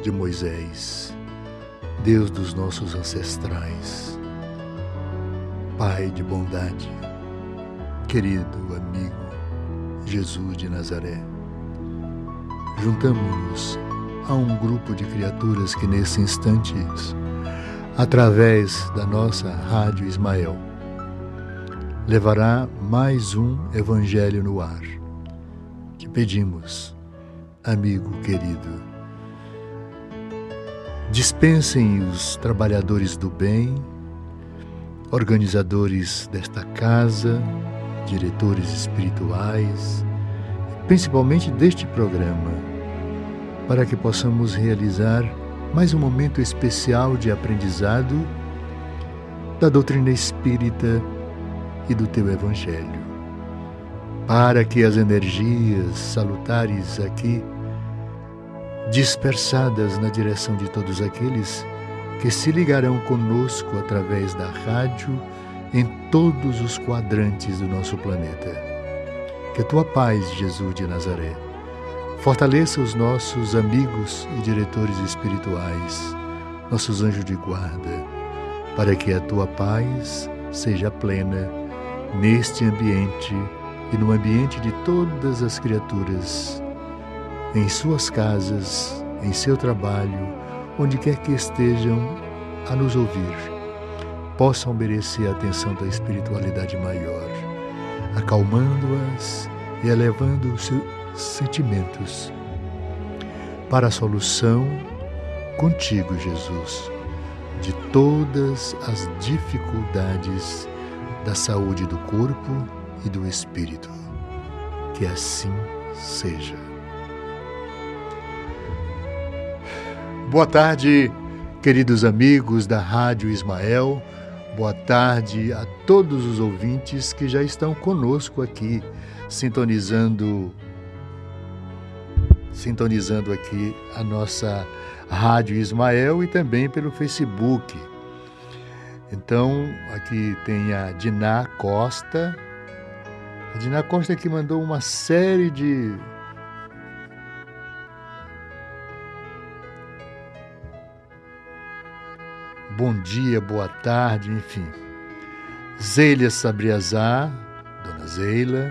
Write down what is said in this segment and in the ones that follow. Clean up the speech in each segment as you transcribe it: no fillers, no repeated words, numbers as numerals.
de Moisés, Deus dos nossos ancestrais, Pai de bondade, querido amigo Jesus de Nazaré, juntamos-nos a um grupo de criaturas que nesse instante, através da nossa Rádio Ismael, levará mais um Evangelho no ar. Te pedimos, amigo querido, dispensem os trabalhadores do bem, organizadores desta casa, diretores espirituais, principalmente deste programa, para que possamos realizar mais um momento especial de aprendizado da doutrina espírita e do teu Evangelho, para que as energias salutares aqui, dispersadas na direção de todos aqueles que se ligarão conosco através da rádio em todos os quadrantes do nosso planeta. Que a tua paz, Jesus de Nazaré, fortaleça os nossos amigos e diretores espirituais, nossos anjos de guarda, para que a tua paz seja plena neste ambiente e no ambiente de todas as criaturas, em suas casas, em seu trabalho, onde quer que estejam a nos ouvir, possam merecer a atenção da espiritualidade maior, acalmando-as e elevando os seus sentimentos para a solução contigo, Jesus, de todas as dificuldades da saúde do corpo e do espírito. Que assim seja. Boa tarde, queridos amigos da Rádio Ismael. Boa tarde a todos os ouvintes que já estão conosco aqui, sintonizando aqui a nossa Rádio Ismael e também pelo Facebook. Então, aqui tem a Diná Costa. A Diná Costa que mandou uma série de bom dia, boa tarde, enfim. Zélia Sabriazar, Dona Zeila,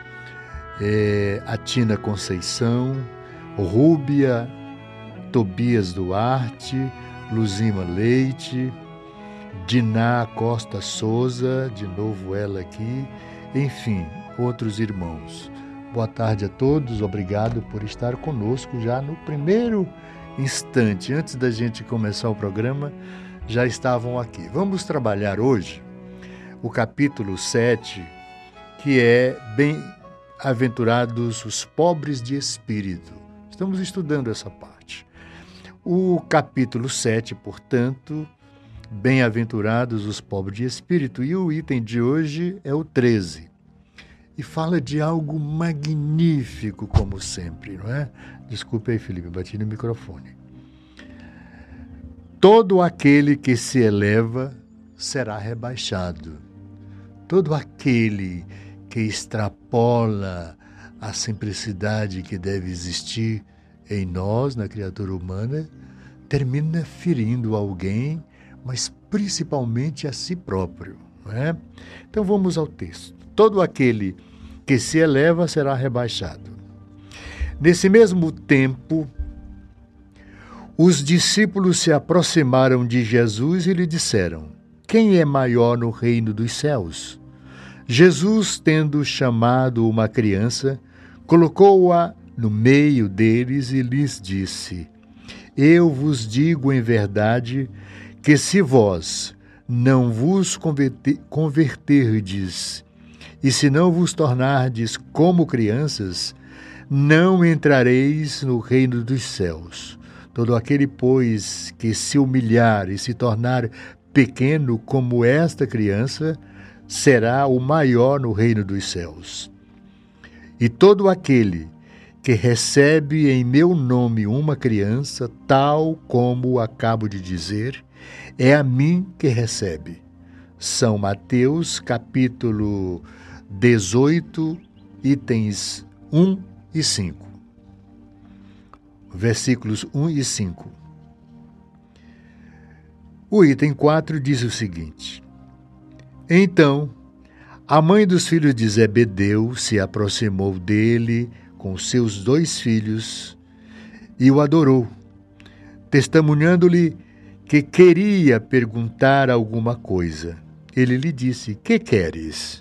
a Tina Conceição, Rúbia, Tobias Duarte, Luzima Leite, Diná Costa Souza, de novo ela aqui, enfim, outros irmãos. Boa tarde a todos, obrigado por estar conosco já no primeiro instante, antes da gente começar o programa, já estavam aqui. Vamos trabalhar hoje o capítulo 7, que é Bem-aventurados os pobres de espírito. Estamos estudando essa parte. O capítulo 7, portanto, Bem-aventurados os pobres de espírito, e o item de hoje é o 13. E fala de algo magnífico, como sempre, não é? Desculpe aí, Felipe, bati no microfone. Todo aquele que se eleva será rebaixado. Todo aquele que extrapola a simplicidade que deve existir em nós, na criatura humana, termina ferindo alguém, mas principalmente a si próprio, não é? Então vamos ao texto. Todo aquele que se eleva será rebaixado. Nesse mesmo tempo, os discípulos se aproximaram de Jesus e lhe disseram: quem é maior no reino dos céus? Jesus, tendo chamado uma criança, colocou-a no meio deles e lhes disse: eu vos digo em verdade que se vós não vos converterdes e se não vos tornardes como crianças, não entrareis no reino dos céus. Todo aquele, pois, que se humilhar e se tornar pequeno como esta criança, será o maior no reino dos céus. E todo aquele que recebe em meu nome uma criança, tal como acabo de dizer, é a mim que recebe. São Mateus, capítulo 18, itens 1 e 5. Versículos 1 e 5. O item 4 diz o seguinte: Então, a mãe dos filhos de Zebedeu se aproximou dele com seus 2 filhos e o adorou, testemunhando-lhe que queria perguntar alguma coisa. Ele lhe disse: Que queres?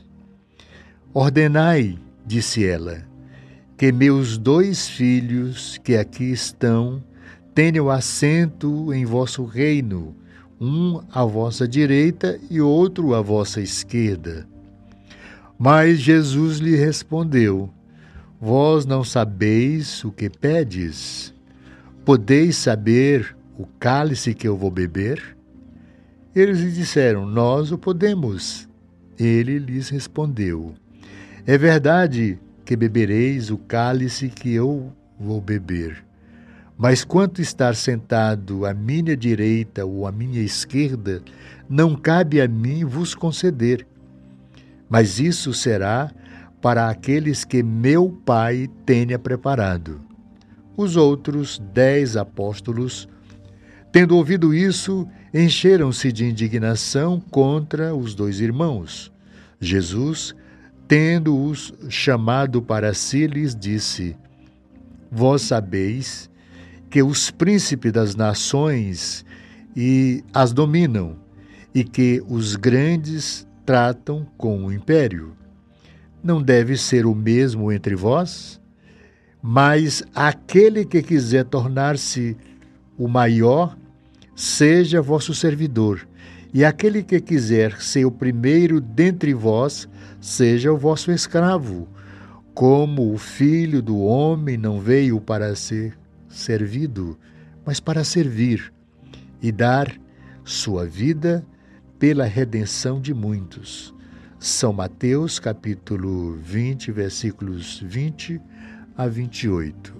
Ordenai, disse ela, que meus 2 filhos que aqui estão tenham assento em vosso reino, um à vossa direita e outro à vossa esquerda. Mas Jesus lhe respondeu: Vós não sabeis o que pedes? Podeis saber o cálice que eu vou beber? Eles lhe disseram: Nós o podemos. Ele lhes respondeu: É verdade que bebereis o cálice que eu vou beber. Mas quanto estar sentado à minha direita ou à minha esquerda, não cabe a mim vos conceder. Mas isso será para aqueles que meu Pai tenha preparado. Os outros 10 apóstolos, tendo ouvido isso, encheram-se de indignação contra os 2 irmãos. Jesus, tendo-os chamado para si, lhes disse: Vós sabeis que os príncipes das nações as dominam, e que os grandes tratam com o império. Não deve ser o mesmo entre vós? Mas aquele que quiser tornar-se o maior, seja vosso servidor, e aquele que quiser ser o primeiro dentre vós, seja o vosso escravo, como o Filho do Homem não veio para ser servido, mas para servir e dar sua vida pela redenção de muitos. São Mateus, capítulo 20, versículos 20 a 28.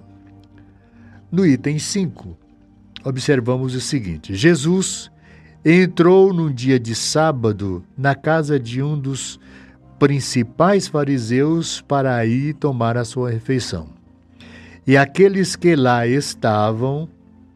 No item 5, observamos o seguinte: Jesus entrou num dia de sábado na casa de um dos principais fariseus para aí tomar a sua refeição. E aqueles que lá estavam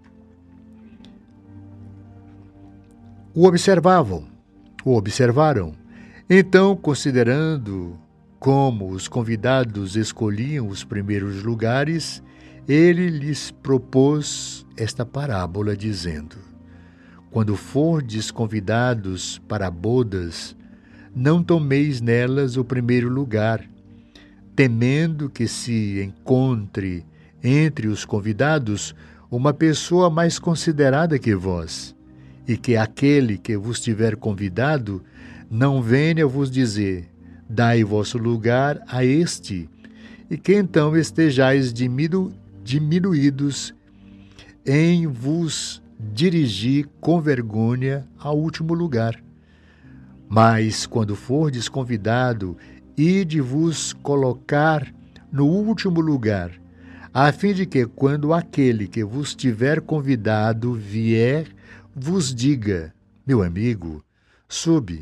o observaram. Então, considerando como os convidados escolhiam os primeiros lugares, ele lhes propôs esta parábola, dizendo: Quando fordes convidados para bodas, não tomeis nelas o primeiro lugar, temendo que se encontre entre os convidados uma pessoa mais considerada que vós, e que aquele que vos tiver convidado não venha vos dizer: dai vosso lugar a este, e que então estejais diminuídos em vos dirigir com vergonha ao último lugar. Mas quando fordes convidado, ide vos colocar no último lugar, a fim de que, quando aquele que vos tiver convidado vier, vos diga: meu amigo, sobe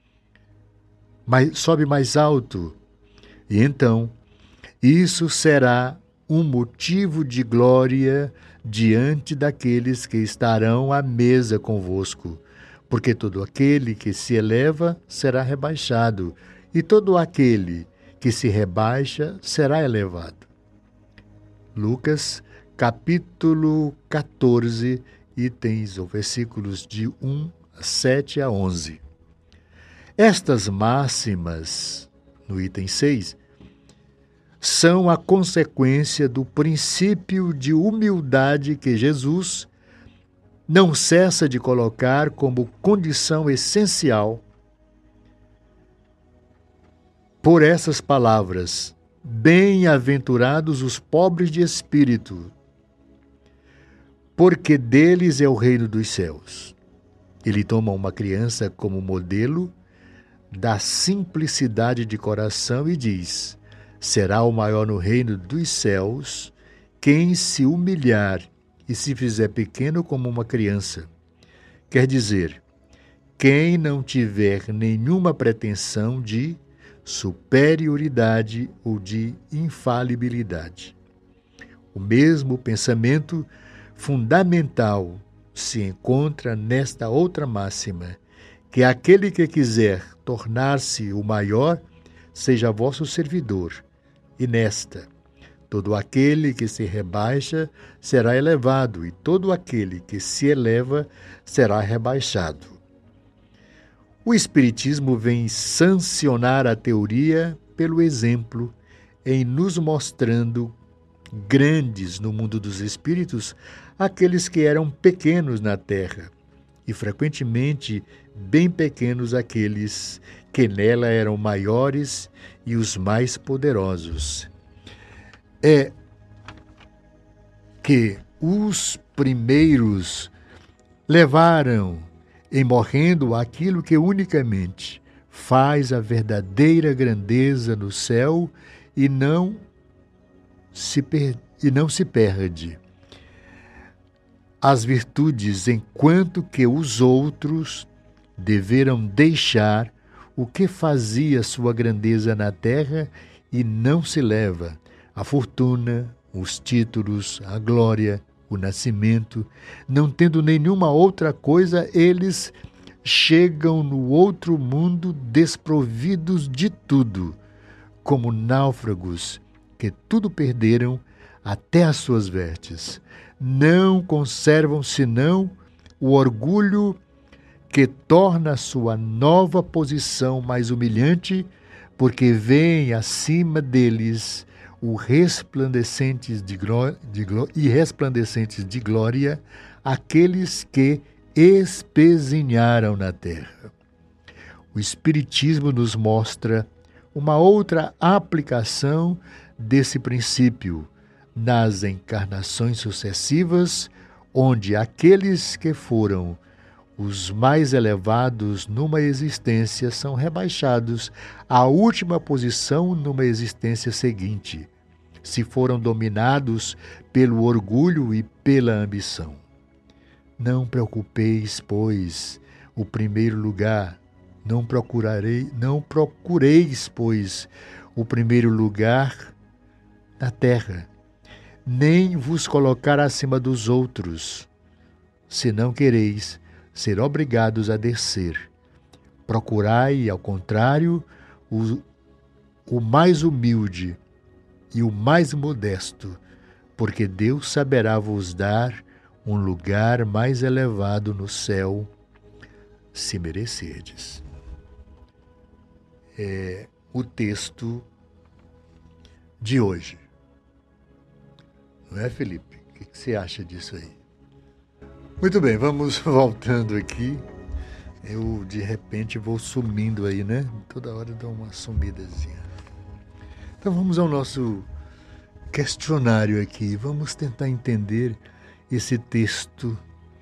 mais alto. E então, isso será um motivo de glória diante daqueles que estarão à mesa convosco, porque todo aquele que se eleva será rebaixado, e todo aquele que se rebaixa será elevado. Lucas, capítulo 14, itens ou versículos de 7 a 11. Estas máximas, no item 6, são a consequência do princípio de humildade que Jesus não cessa de colocar como condição essencial por essas palavras: bem-aventurados os pobres de espírito, porque deles é o reino dos céus. Ele toma uma criança como modelo da simplicidade de coração e diz: será o maior no reino dos céus quem se humilhar e se fizer pequeno como uma criança. Quer dizer, quem não tiver nenhuma pretensão de superioridade ou de infalibilidade. O mesmo pensamento fundamental se encontra nesta outra máxima, que aquele que quiser tornar-se o maior, seja vosso servidor. E nesta, todo aquele que se rebaixa será elevado, e todo aquele que se eleva será rebaixado. O Espiritismo vem sancionar a teoria pelo exemplo, em nos mostrando grandes no mundo dos espíritos aqueles que eram pequenos na terra, e frequentemente bem pequenos aqueles que nela eram maiores e os mais poderosos. É que os primeiros levaram em morrendo aquilo que unicamente faz a verdadeira grandeza no céu e não se perde. As virtudes, enquanto que os outros deveram deixar o que fazia sua grandeza na terra e não se leva: a fortuna, os títulos, a glória, o nascimento. Não tendo nenhuma outra coisa, eles chegam no outro mundo desprovidos de tudo, como náufragos que tudo perderam até as suas vestes. Não conservam senão o orgulho que torna a sua nova posição mais humilhante, porque veem acima deles o resplandecentes de glória aqueles que espezinharam na terra. O Espiritismo nos mostra uma outra aplicação desse princípio nas encarnações sucessivas, onde aqueles que foram os mais elevados numa existência são rebaixados à última posição numa existência seguinte, se foram dominados pelo orgulho e pela ambição. Não preocupeis, pois, o primeiro lugar, não procureis, pois, o primeiro lugar na terra, nem vos colocar acima dos outros, se não quereis ser obrigados a descer. Procurai, ao contrário, o mais humilde e o mais modesto, porque Deus saberá vos dar um lugar mais elevado no céu, se merecerdes. É o texto de hoje. Não é, Felipe? O que você acha disso aí? Muito bem, vamos voltando aqui. Eu, de repente, vou sumindo aí, né? Toda hora eu dou uma sumidazinha. Então vamos ao nosso questionário aqui. Vamos tentar entender esse texto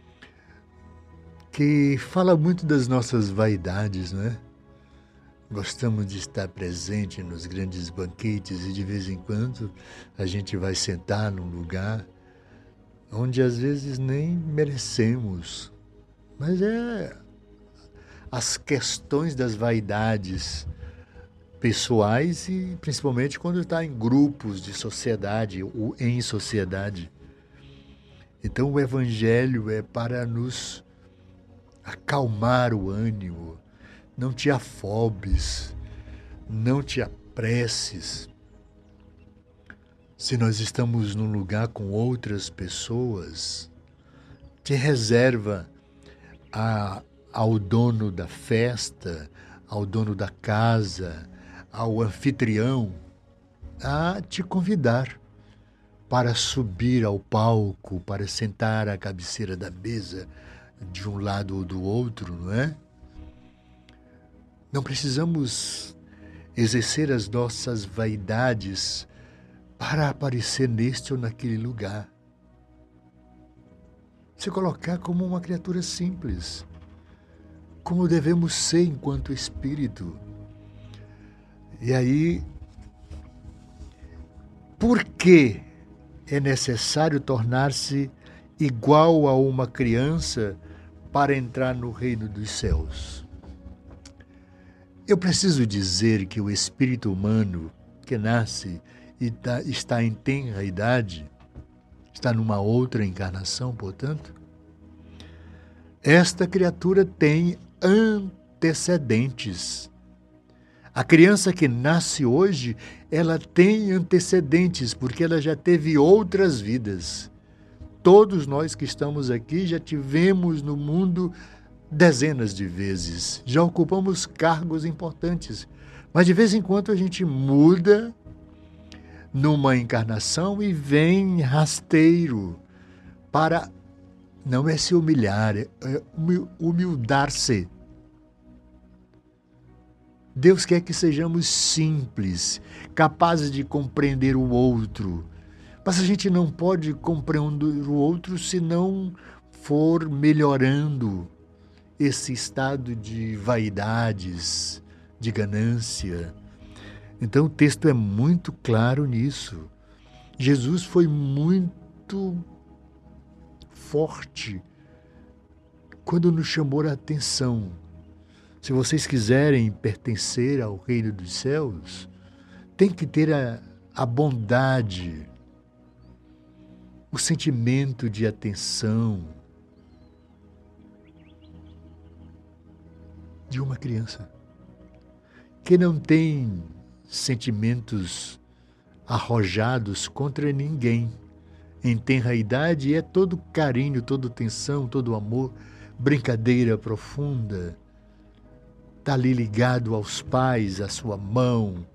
que fala muito das nossas vaidades, né? Gostamos de estar presente nos grandes banquetes e de vez em quando a gente vai sentar num lugar onde às vezes nem merecemos. Mas é as questões das vaidades pessoais e principalmente quando está em grupos de sociedade ou em sociedade. Então o Evangelho é para nos acalmar o ânimo. Não te afobes, não te apresses. Se nós estamos num lugar com outras pessoas, te reserva ao dono da festa, ao dono da casa, ao anfitrião, a te convidar para subir ao palco, para sentar à cabeceira da mesa, de um lado ou do outro, não é? Não precisamos exercer as nossas vaidades para aparecer neste ou naquele lugar. Se colocar como uma criatura simples, como devemos ser enquanto espírito. E aí, por que é necessário tornar-se igual a uma criança para entrar no reino dos céus? Eu preciso dizer que o espírito humano que nasce e está em tenra idade, está numa outra encarnação, portanto, esta criatura tem antecedentes. A criança que nasce hoje, ela tem antecedentes, porque ela já teve outras vidas. Todos nós que estamos aqui já tivemos no mundo dezenas de vezes, já ocupamos cargos importantes, mas de vez em quando a gente muda numa encarnação e vem rasteiro para, não é se humilhar, é humildar-se. Deus quer que sejamos simples, capazes de compreender o outro. Mas a gente não pode compreender o outro se não for melhorando esse estado de vaidades, de ganância. Então o texto é muito claro nisso. Jesus foi muito forte quando nos chamou a atenção. Se vocês quiserem pertencer ao reino dos céus, tem que ter a bondade, o sentimento de atenção de uma criança que não tem sentimentos arrojados contra ninguém. Em tenra idade é todo carinho, toda atenção, todo amor, brincadeira profunda. Está ali ligado aos pais, à sua mão.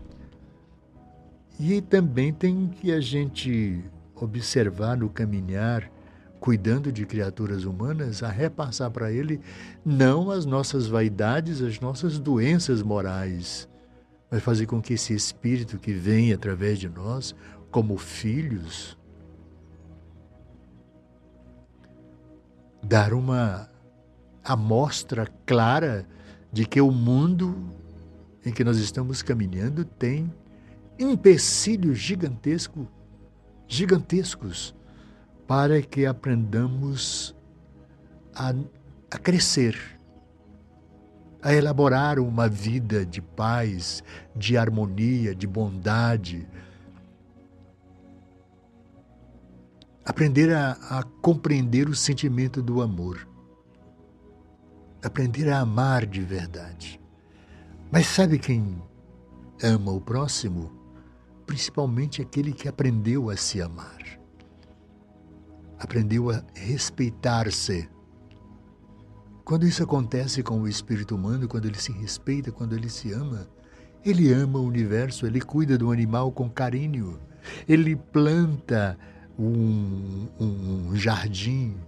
E também tem que a gente observar no caminhar, cuidando de criaturas humanas, a repassar para ele não as nossas vaidades, as nossas doenças morais, mas fazer com que esse Espírito que vem através de nós, como filhos, dar uma amostra clara de que o mundo em que nós estamos caminhando tem empecilhos gigantescos, para que aprendamos a crescer, a elaborar uma vida de paz, de harmonia, de bondade, aprender a compreender o sentimento do amor, aprender a amar de verdade. Mas sabe quem ama o próximo? Principalmente aquele que aprendeu a se amar, aprendeu a respeitar-se. Quando isso acontece com o espírito humano, quando ele se respeita, quando ele se ama, ele ama o universo, ele cuida do animal com carinho, ele planta um jardim,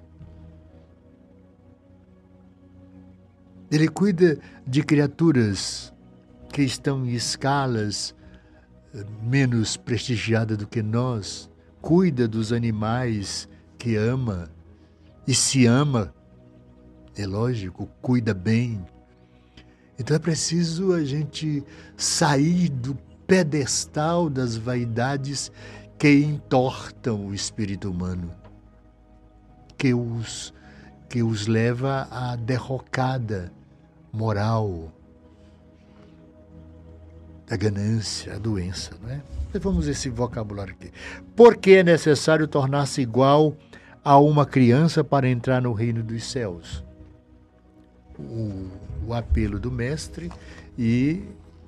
ele cuida de criaturas que estão em escalas menos prestigiadas do que nós, cuida dos animais que ama e se ama, é lógico, cuida bem. Então é preciso a gente sair do pedestal das vaidades que entortam o espírito humano, que os leva à derrocada moral, a ganância, a doença, não é? Vamos esse vocabulário aqui. Por que é necessário tornar-se igual a uma criança para entrar no reino dos céus? O apelo do mestre. E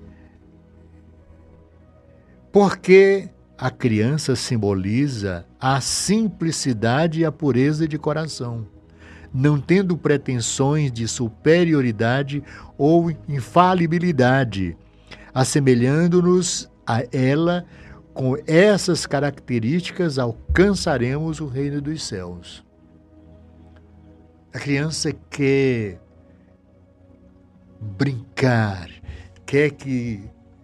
porque a criança simboliza a simplicidade e a pureza de coração, não tendo pretensões de superioridade ou infalibilidade, assemelhando-nos a ela. Com essas características alcançaremos o reino dos céus. A criança quer brincar, quer que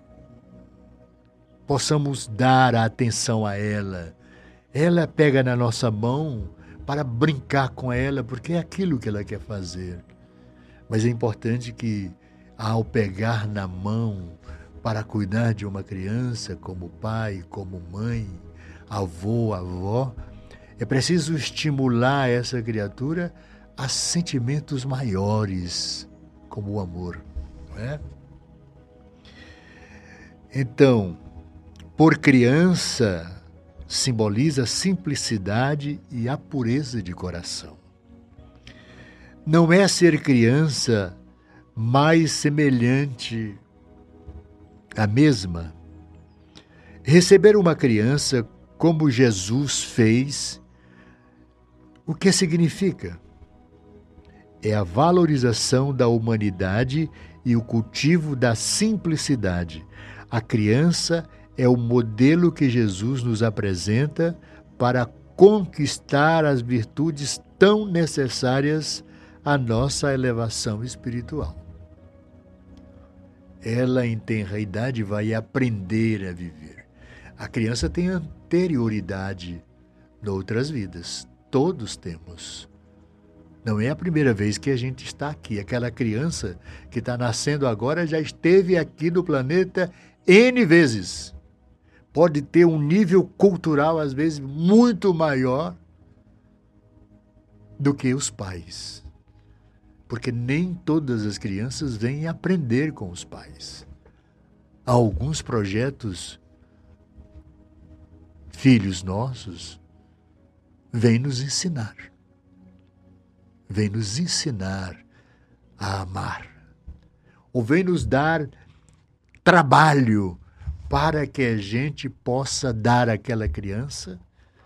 possamos dar a atenção a ela. Ela pega na nossa mão para brincar com ela, porque é aquilo que ela quer fazer. Mas é importante que, ao pegar na mão para cuidar de uma criança, como pai, como mãe, avô, avó, é preciso estimular essa criatura a sentimentos maiores, como o amor, não é? Então, por criança, simboliza a simplicidade e a pureza de coração. não é ser criança mais semelhante à mesma. Receber uma criança como Jesus fez, o que significa? É a valorização da humanidade e o cultivo da simplicidade. A criança é o modelo que Jesus nos apresenta para conquistar as virtudes tão necessárias à nossa elevação espiritual. Ela, em tenra idade, vai aprender a viver. A criança tem anterioridade noutras vidas. Todos temos. Não é a primeira vez que a gente está aqui. Aquela criança que está nascendo agora já esteve aqui no planeta N vezes. Pode ter um nível cultural, às vezes, muito maior do que os pais. Porque nem todas as crianças vêm aprender com os pais. Há alguns projetos, filhos nossos, vêm nos ensinar. Vem nos ensinar a amar. Ou vem nos dar trabalho para que a gente possa dar àquela criança,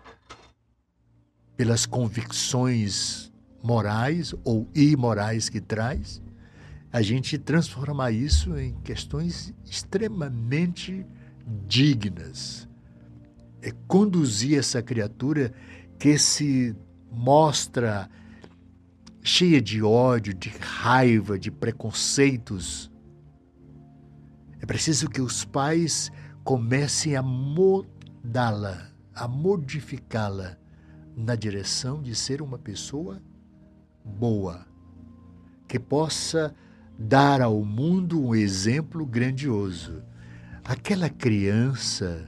pelas convicções morais ou imorais que traz, a gente transformar isso em questões extremamente dignas. É conduzir essa criatura que se mostra cheia de ódio, de raiva, de preconceitos. É preciso que os pais comecem a moldá-la, a modificá-la na direção de ser uma pessoa boa, que possa dar ao mundo um exemplo grandioso. Aquela criança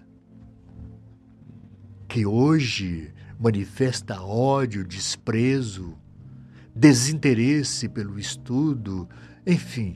que hoje manifesta ódio, desprezo, desinteresse pelo estudo, enfim.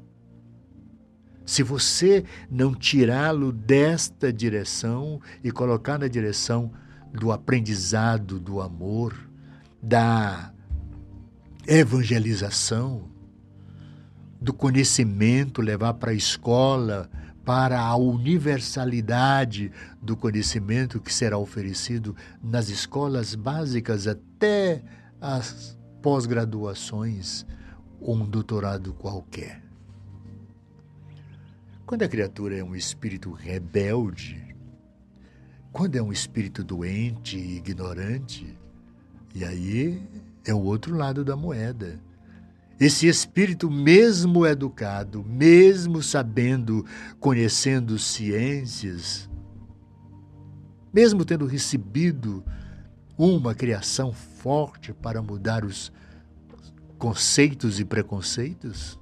Se você não tirá-lo desta direção e colocar na direção do aprendizado, do amor, da evangelização, do conhecimento, levar para a escola, para a universalidade do conhecimento que será oferecido nas escolas básicas até as pós-graduações ou um doutorado qualquer. Quando a criatura é um espírito rebelde, quando é um espírito doente e ignorante, e aí é o outro lado da moeda. Esse espírito, mesmo educado, mesmo sabendo, conhecendo ciências, mesmo tendo recebido uma criação forte para mudar os conceitos e preconceitos,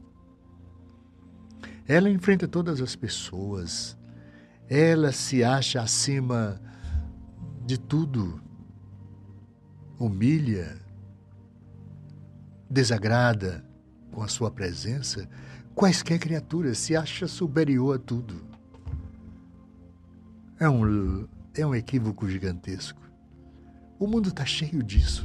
ela enfrenta todas as pessoas, ela se acha acima de tudo, humilha, desagrada com a sua presença quaisquer criaturas, se acha superior a tudo. É um equívoco gigantesco. O mundo está cheio disso.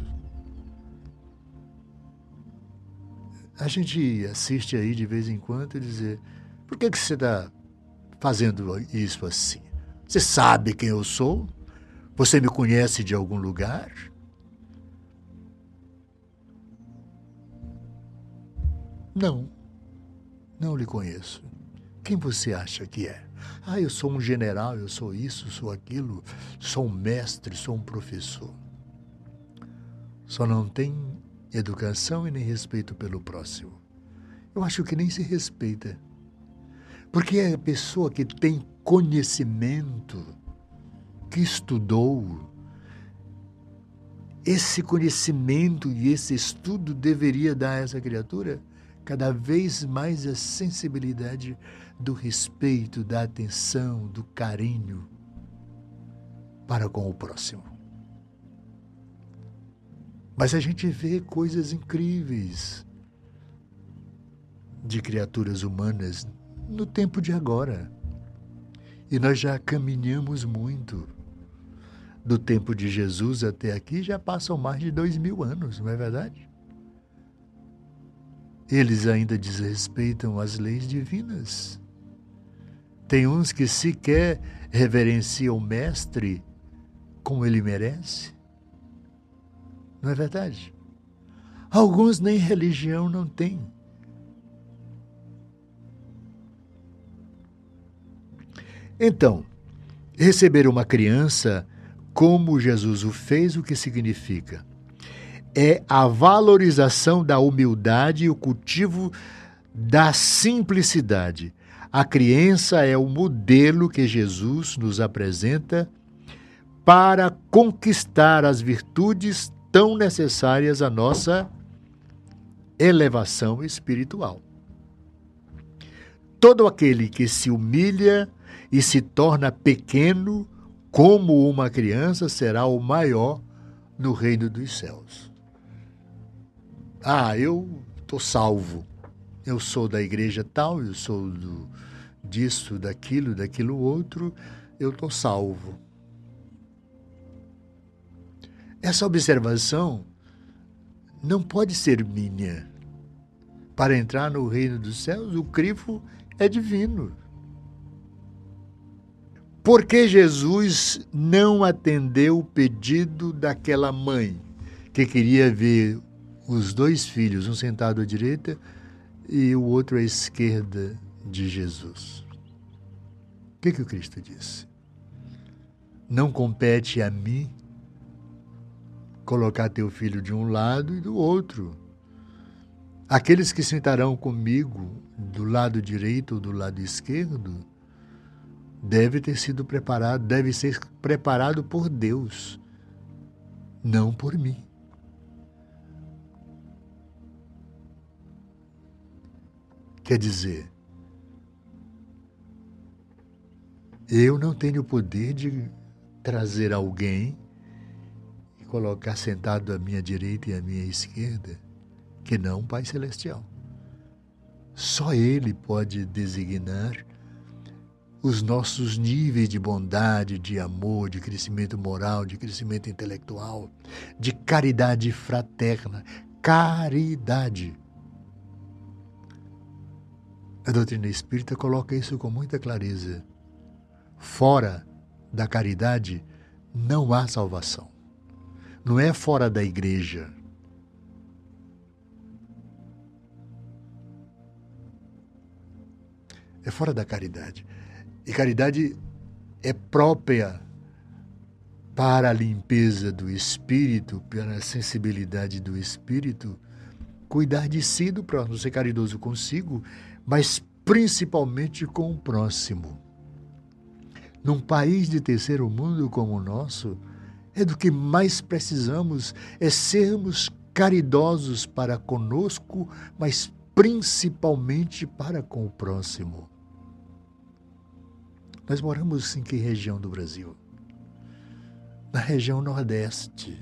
A gente assiste aí de vez em quando e dizer: por que você está fazendo isso assim? Você sabe quem eu sou? Você me conhece de algum lugar? Não lhe conheço. Quem você acha que é? Ah, eu sou um general, eu sou isso, sou aquilo, sou um mestre, sou um professor. Só não tem educação e nem respeito pelo próximo. Eu acho que nem se respeita. Porque é a pessoa que tem conhecimento, que estudou, esse conhecimento e esse estudo deveria dar a essa criatura cada vez mais a sensibilidade do respeito, da atenção, do carinho para com o próximo. Mas a gente vê coisas incríveis de criaturas humanas no tempo de agora. E nós já caminhamos muito. Do tempo de Jesus até aqui já passam mais de 2000 anos, não é verdade? eles ainda desrespeitam as leis divinas. Tem uns que sequer reverenciam o mestre como ele merece. Não é verdade? Alguns nem religião não têm. Então, receber uma criança como Jesus o fez, o que significa? É a valorização da humildade e o cultivo da simplicidade. A criança é o modelo que Jesus nos apresenta para conquistar as virtudes tão necessárias à nossa elevação espiritual. Todo aquele que se humilha e se torna pequeno como uma criança será o maior no reino dos céus. Eu estou salvo. Eu sou da igreja tal, eu sou disso, daquilo outro, eu estou salvo. Essa observação não pode ser minha. Para entrar no reino dos céus, o crivo é divino. Por que Jesus não atendeu o pedido daquela mãe que queria ver os dois filhos, um sentado à direita e o outro à esquerda de Jesus? O que o Cristo disse? Não compete a mim colocar teu filho de um lado e do outro. Aqueles que sentarão comigo do lado direito ou do lado esquerdo deve ser preparado por Deus, não por mim. Quer dizer, eu não tenho o poder de trazer alguém e colocar sentado à minha direita e à minha esquerda, que não o Pai Celestial. Só Ele pode designar os nossos níveis de bondade, de amor, de crescimento moral, de crescimento intelectual, de caridade fraterna. Caridade. A doutrina espírita coloca isso com muita clareza. Fora da caridade não há salvação. Não é fora da igreja. É fora da caridade. E caridade é própria para a limpeza do espírito, para a sensibilidade do espírito, cuidar de si, do próximo, ser caridoso consigo, mas principalmente com o próximo. Num país de terceiro mundo como o nosso, é do que mais precisamos, é sermos caridosos para conosco, mas principalmente para com o próximo. Nós moramos em que região do Brasil? Na região Nordeste,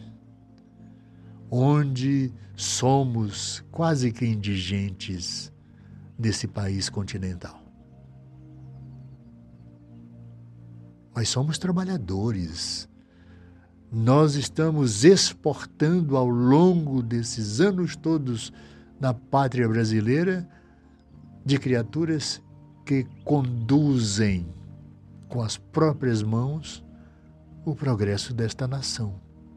onde somos quase que indigentes desse país continental. Mas somos trabalhadores. Nós estamos exportando ao longo desses anos todos na pátria brasileira de criaturas que conduzem com as próprias mãos o progresso desta nação.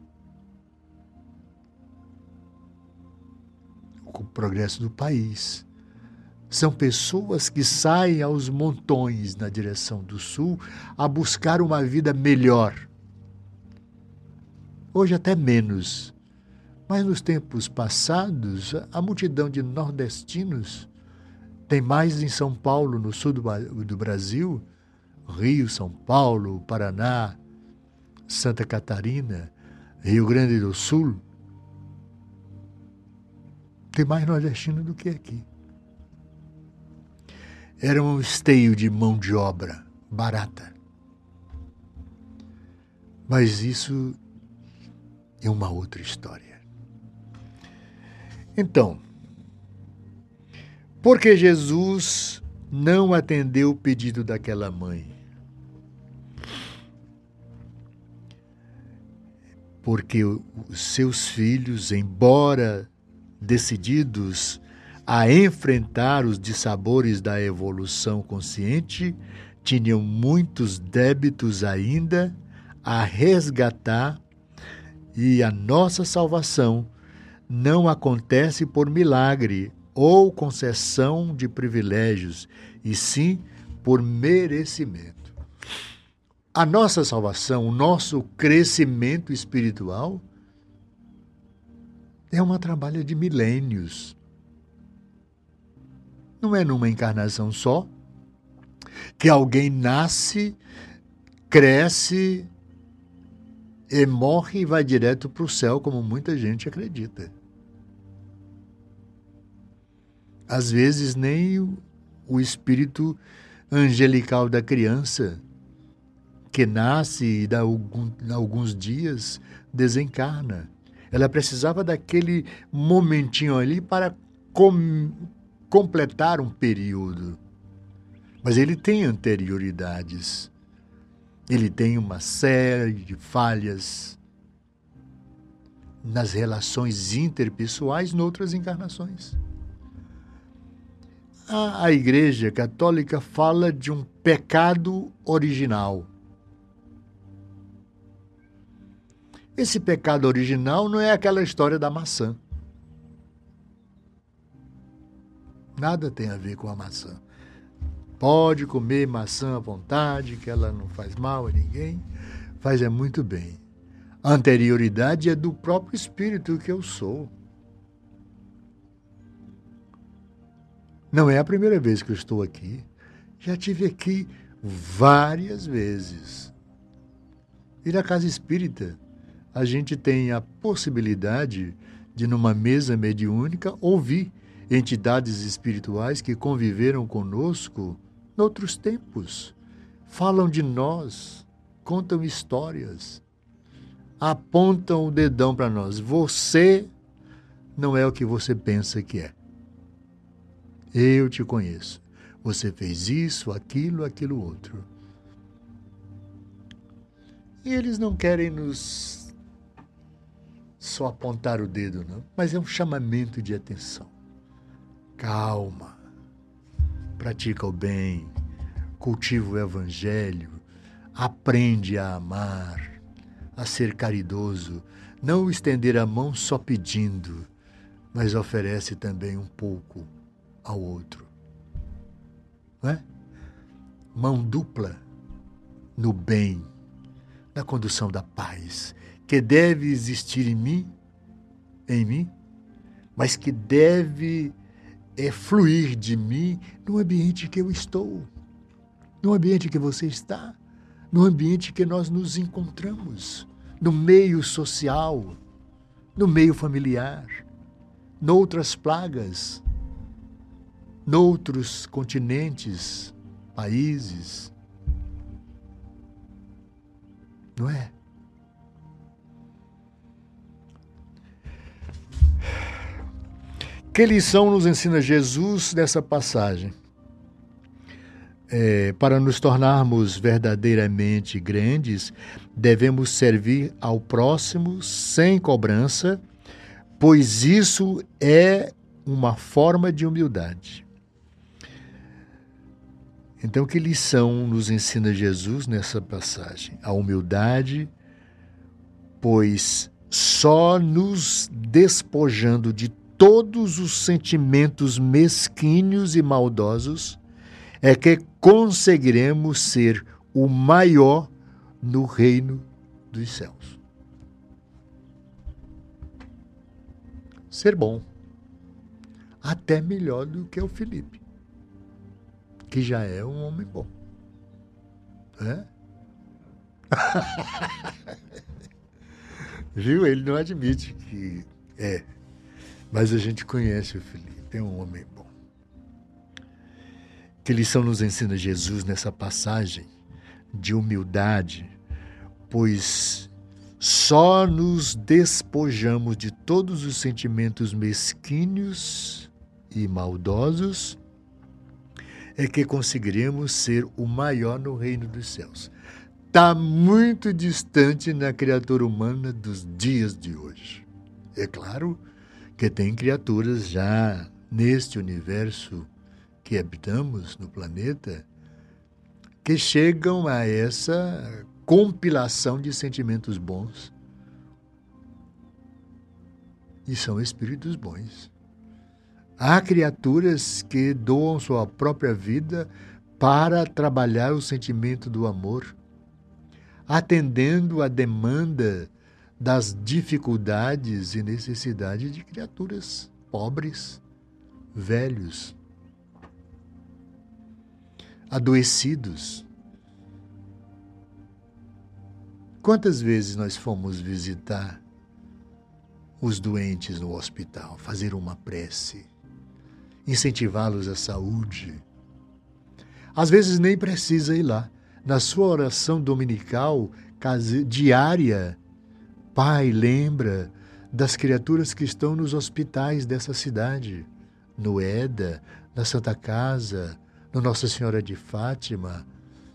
O progresso do país. São pessoas que saem aos montões na direção do sul a buscar uma vida melhor. Hoje até menos. Mas nos tempos passados, a multidão de nordestinos, tem mais em São Paulo, no sul do Brasil, Rio, São Paulo, Paraná, Santa Catarina, Rio Grande do Sul. Tem mais nordestino do que aqui. Era um esteio de mão de obra barata. Mas isso é uma outra história. Então, por que Jesus não atendeu o pedido daquela mãe? Porque os seus filhos, embora decididos a enfrentar os dissabores da evolução consciente, tinham muitos débitos ainda a resgatar, e a nossa salvação não acontece por milagre ou concessão de privilégios, e sim por merecimento. A nossa salvação, o nosso crescimento espiritual é uma trabalho de milênios. Não é numa encarnação só que alguém nasce, cresce e morre e vai direto para o céu, como muita gente acredita. Às vezes nem o espírito angelical da criança que nasce e dá alguns dias desencarna. Ela precisava daquele momentinho ali para completar um período. Mas ele tem anterioridades. Ele tem uma série de falhas nas relações interpessoais noutras encarnações. A Igreja Católica fala de um pecado original. Esse pecado original não é aquela história da maçã. Nada tem a ver com a maçã. Pode comer maçã à vontade, que ela não faz mal a ninguém, faz muito bem. A anterioridade é do próprio espírito que eu sou. Não é a primeira vez que eu estou aqui. Já estive aqui várias vezes. E na casa espírita, a gente tem a possibilidade de, numa mesa mediúnica, ouvir entidades espirituais que conviveram conosco noutros tempos. Falam de nós, contam histórias, apontam o dedão para nós. Você não é o que você pensa que é. Eu te conheço. Você fez isso, aquilo outro. E eles não querem nos só apontar o dedo, não, mas é um chamamento de atenção. Calma. Pratica o bem, cultiva o evangelho, aprende a amar, a ser caridoso, não estender a mão só pedindo, mas oferece também um pouco ao outro. Não é? Mão dupla no bem, na condução da paz, que deve existir em mim, mas que deve fluir de mim no ambiente que eu estou, no ambiente que você está, no ambiente que nós nos encontramos, no meio social, no meio familiar, noutras plagas, noutros continentes, países. Não é? Que lição nos ensina Jesus nessa passagem? Para nos tornarmos verdadeiramente grandes, devemos servir ao próximo sem cobrança, pois isso é uma forma de humildade. Então, que lição nos ensina Jesus nessa passagem? A humildade, pois só nos despojando de todos os sentimentos mesquinhos e maldosos é que conseguiremos ser o maior no reino dos céus. Ser bom. Até melhor do que o Felipe, que já é um homem bom. É? Viu? Ele não admite que é. Mas a gente conhece o Felipe, é um homem bom. Que lição nos ensina Jesus nessa passagem de humildade? Pois só nos despojamos de todos os sentimentos mesquinhos e maldosos é que conseguiremos ser o maior no reino dos céus. Está muito distante na criatura humana dos dias de hoje. É claro que tem criaturas já neste universo que habitamos no planeta, que chegam a essa compilação de sentimentos bons. E são espíritos bons. Há criaturas que doam sua própria vida para trabalhar o sentimento do amor, atendendo à demanda das dificuldades e necessidades de criaturas pobres, velhos, adoecidos. Quantas vezes nós fomos visitar os doentes no hospital, fazer uma prece, incentivá-los à saúde? Às vezes nem precisa ir lá. Na sua oração dominical, diária, Pai, lembra das criaturas que estão nos hospitais dessa cidade, no EDA, na Santa Casa, no Nossa Senhora de Fátima,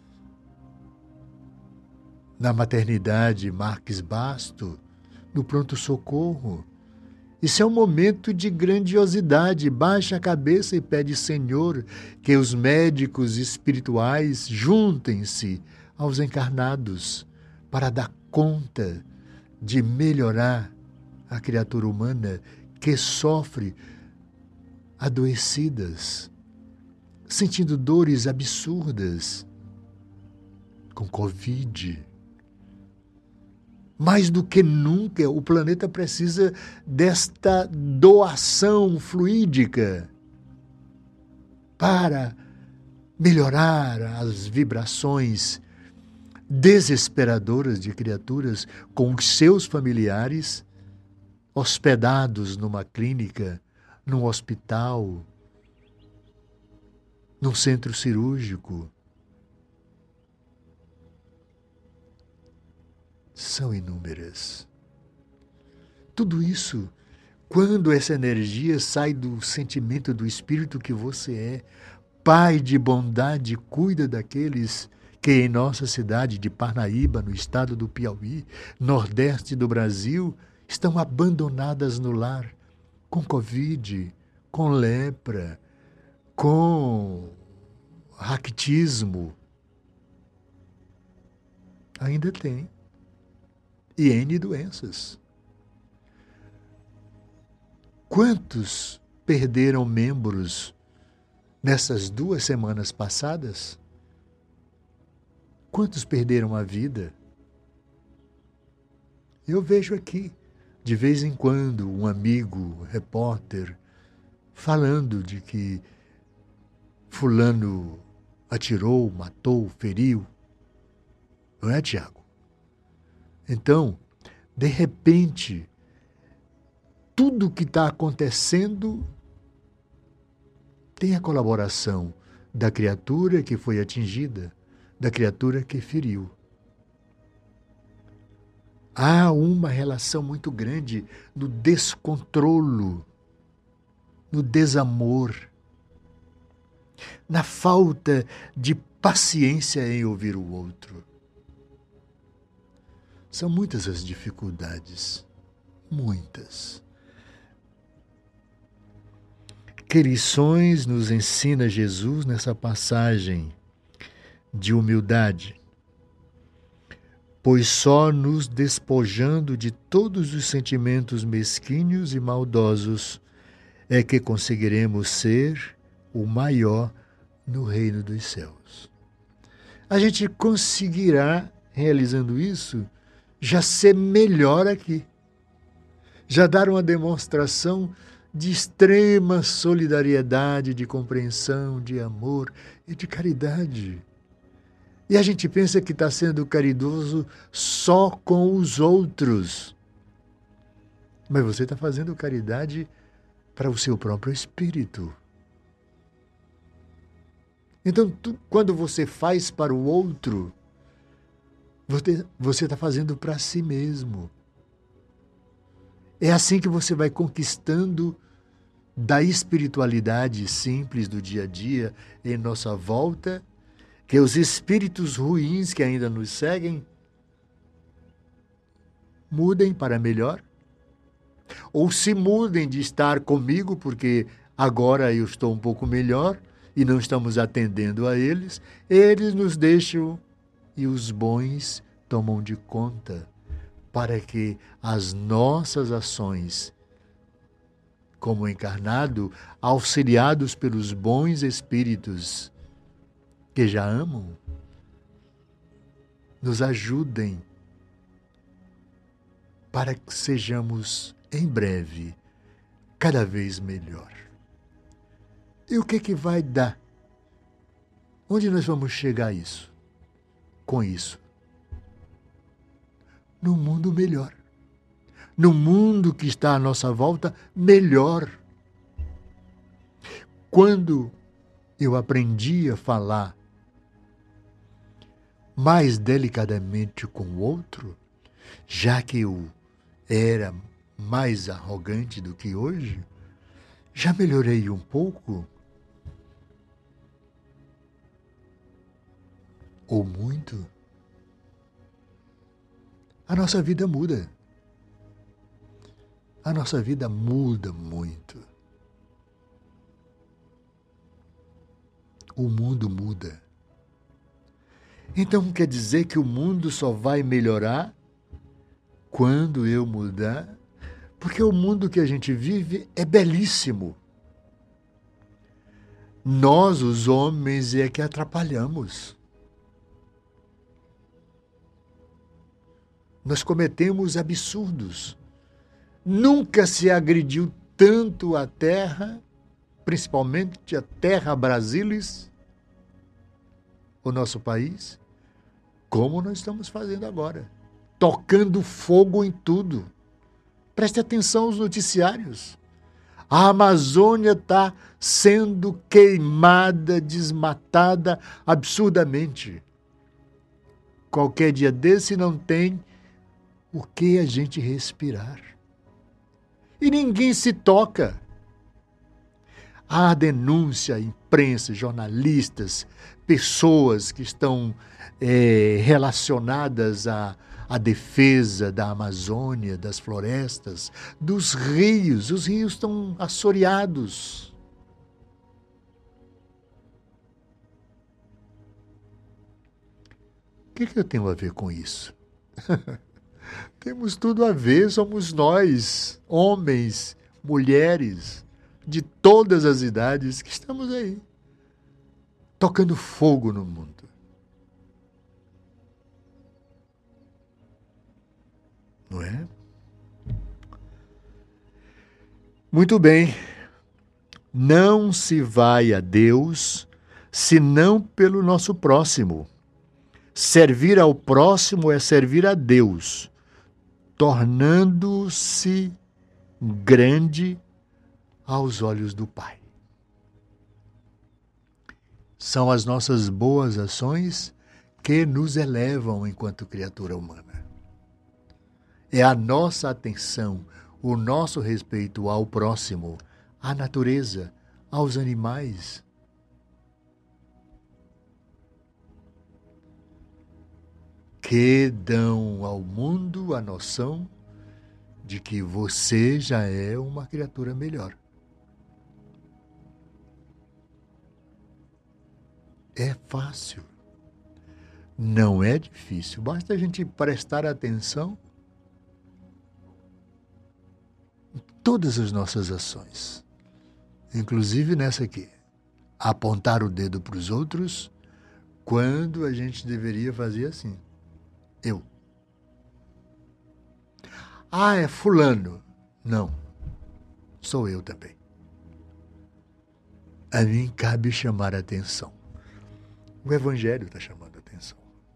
na maternidade Marques Basto, no pronto-socorro. Isso é um momento de grandiosidade. Baixa a cabeça e pede, Senhor, que os médicos espirituais juntem-se aos encarnados para dar conta de melhorar a criatura humana que sofre adoecidas, sentindo dores absurdas com Covid. Mais do que nunca, o planeta precisa desta doação fluídica para melhorar as vibrações desesperadoras de criaturas com os seus familiares hospedados numa clínica, num hospital, num centro cirúrgico. São inúmeras. Tudo isso, quando essa energia sai do sentimento do espírito que você é, Pai de bondade, cuida daqueles que em nossa cidade de Parnaíba, no estado do Piauí, nordeste do Brasil, estão abandonadas no lar, com Covid, com lepra, com raquitismo. Ainda tem. E N doenças. Quantos perderam membros nessas 2 semanas passadas? Quantos perderam a vida? Eu vejo aqui, de vez em quando, um amigo, repórter, falando de que fulano atirou, matou, feriu. Não é, Tiago? Então, de repente, tudo o que está acontecendo tem a colaboração da criatura que foi atingida, da criatura que feriu. Há uma relação muito grande no descontrolo, no desamor, na falta de paciência em ouvir o outro. São muitas as dificuldades, muitas. Que lições nos ensina Jesus nessa passagem de humildade? Pois só nos despojando de todos os sentimentos mesquinhos e maldosos é que conseguiremos ser o maior no reino dos céus. A gente conseguirá, realizando isso, já ser melhor aqui. Já dar uma demonstração de extrema solidariedade, de compreensão, de amor e de caridade. E a gente pensa que está sendo caridoso só com os outros. Mas você está fazendo caridade para o seu próprio espírito. Então, quando você faz para o outro, você está fazendo para si mesmo. É assim que você vai conquistando da espiritualidade simples do dia a dia em nossa volta, que os espíritos ruins que ainda nos seguem mudem para melhor, ou se mudem de estar comigo porque agora eu estou um pouco melhor e não estamos atendendo a eles, eles nos deixam e os bons tomam de conta para que as nossas ações, como encarnado, auxiliados pelos bons espíritos que já amam, nos ajudem para que sejamos, em breve, cada vez melhor. E o que vai dar? Onde nós vamos chegar a isso? Com isso? Num mundo melhor. No mundo que está à nossa volta, melhor. Quando eu aprendi a falar mais delicadamente com o outro, já que eu era mais arrogante do que hoje, já melhorei um pouco, ou muito, a nossa vida muda. A nossa vida muda muito. O mundo muda. Então quer dizer que o mundo só vai melhorar quando eu mudar? Porque o mundo que a gente vive é belíssimo. Nós, os homens, é que atrapalhamos. Nós cometemos absurdos. Nunca se agrediu tanto a terra, principalmente a terra Brasilis, o nosso país, como nós estamos fazendo agora. Tocando fogo em tudo. Preste atenção aos noticiários. A Amazônia está sendo queimada, desmatada absurdamente. Qualquer dia desse não tem o que a gente respirar. E ninguém se toca. Há denúncia, imprensa, jornalistas, pessoas que estão relacionadas à defesa da Amazônia, das florestas, dos rios. Os rios estão assoreados. O que eu tenho a ver com isso? Temos tudo a ver, somos nós, homens, mulheres, de todas as idades, que estamos aí, tocando fogo no mundo. Não é? Muito bem. Não se vai a Deus senão pelo nosso próximo. Servir ao próximo é servir a Deus, tornando-se grande aos olhos do Pai. São as nossas boas ações que nos elevam enquanto criatura humana. É a nossa atenção, o nosso respeito ao próximo, à natureza, aos animais. Que dão ao mundo a noção de que você já é uma criatura melhor. É fácil. Não é difícil. Basta a gente prestar atenção em todas as nossas ações. Inclusive nessa aqui. Apontar o dedo para os outros quando a gente deveria fazer assim. Eu. Ah, é fulano. Não. Sou eu também. A mim cabe chamar a atenção. O Evangelho está chamando a atenção.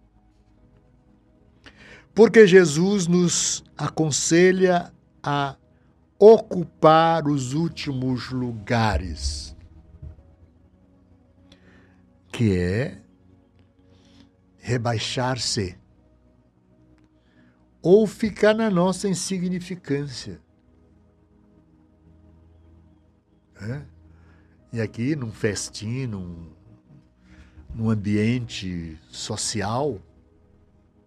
Porque Jesus nos aconselha a ocupar os últimos lugares, que é rebaixar-se ou ficar na nossa insignificância. E aqui, num festim, num ambiente social,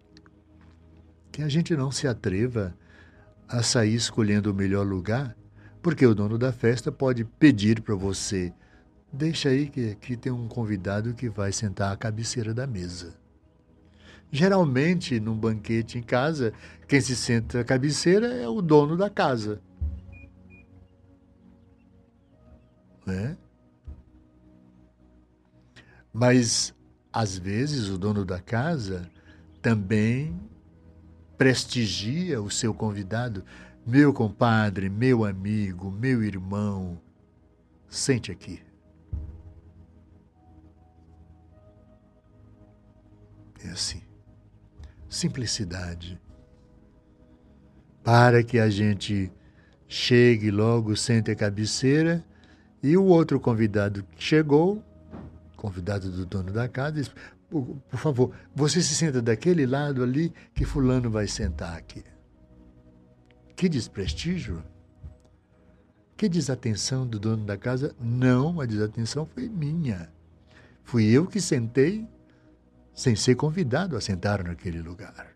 que a gente não se atreva a sair escolhendo o melhor lugar Porque o dono da festa pode pedir para você: deixa aí que aqui tem um convidado que vai sentar à cabeceira da mesa. Geralmente, num banquete em casa, quem se senta à cabeceira é o dono da casa. Né? Mas, às vezes, o dono da casa também prestigia o seu convidado. Meu compadre, meu amigo, meu irmão, sente aqui. É assim. Simplicidade. Para que a gente chegue logo, sente a cabeceira, e o outro convidado que chegou, convidado do dono da casa, diz: por favor, você se senta daquele lado ali que fulano vai sentar aqui. Que desprestígio. Que desatenção do dono da casa. Não, a desatenção foi minha. Fui eu que sentei sem ser convidado a sentar naquele lugar.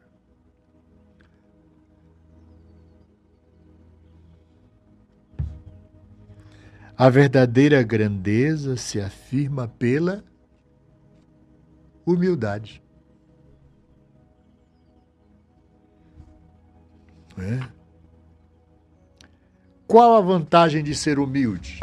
A verdadeira grandeza se afirma pela humildade. É? Qual a vantagem de ser humilde?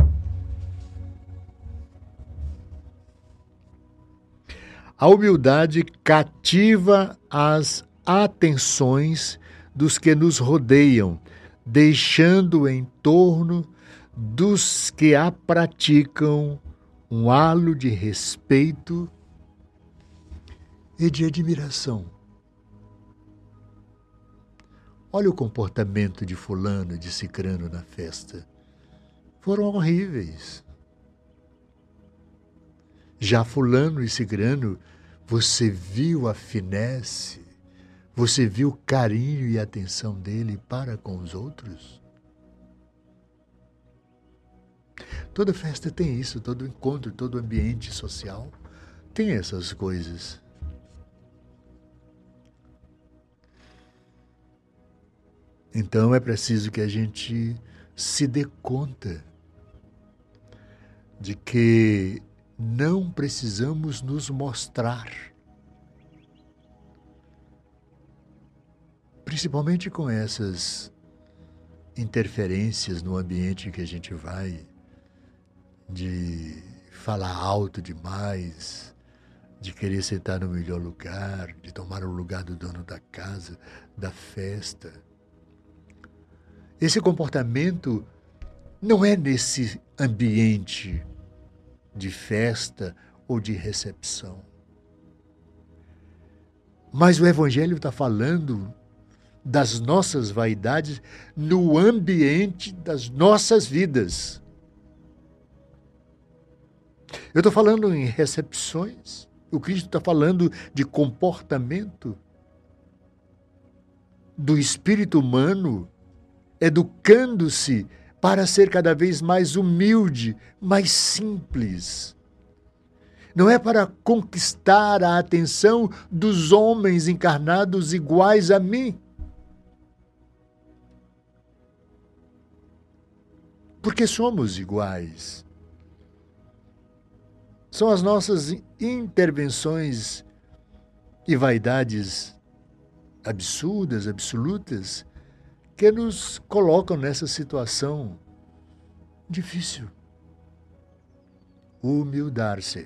A humildade cativa as atenções dos que nos rodeiam, deixando em torno dos que a praticam um halo de respeito e de admiração. Olha o comportamento de fulano e de cicrano na festa. Foram horríveis. Já fulano e cicrano, você viu a finesse, você viu o carinho e a atenção dele para com os outros? Toda festa tem isso, todo encontro, todo ambiente social tem essas coisas. Então é preciso que a gente se dê conta de que não precisamos nos mostrar, principalmente com essas interferências no ambiente que a gente vai, de falar alto demais, de querer sentar no melhor lugar, de tomar o lugar do dono da casa, da festa. Esse comportamento não é nesse ambiente de festa ou de recepção. Mas o Evangelho está falando das nossas vaidades no ambiente das nossas vidas. Eu estou falando em recepções. O Cristo está falando de comportamento do espírito humano, educando-se para ser cada vez mais humilde, mais simples. Não é para conquistar a atenção dos homens encarnados iguais a mim. Porque somos iguais. São as nossas intervenções e vaidades absurdas, absolutas, que nos colocam nessa situação difícil. Humildar-se.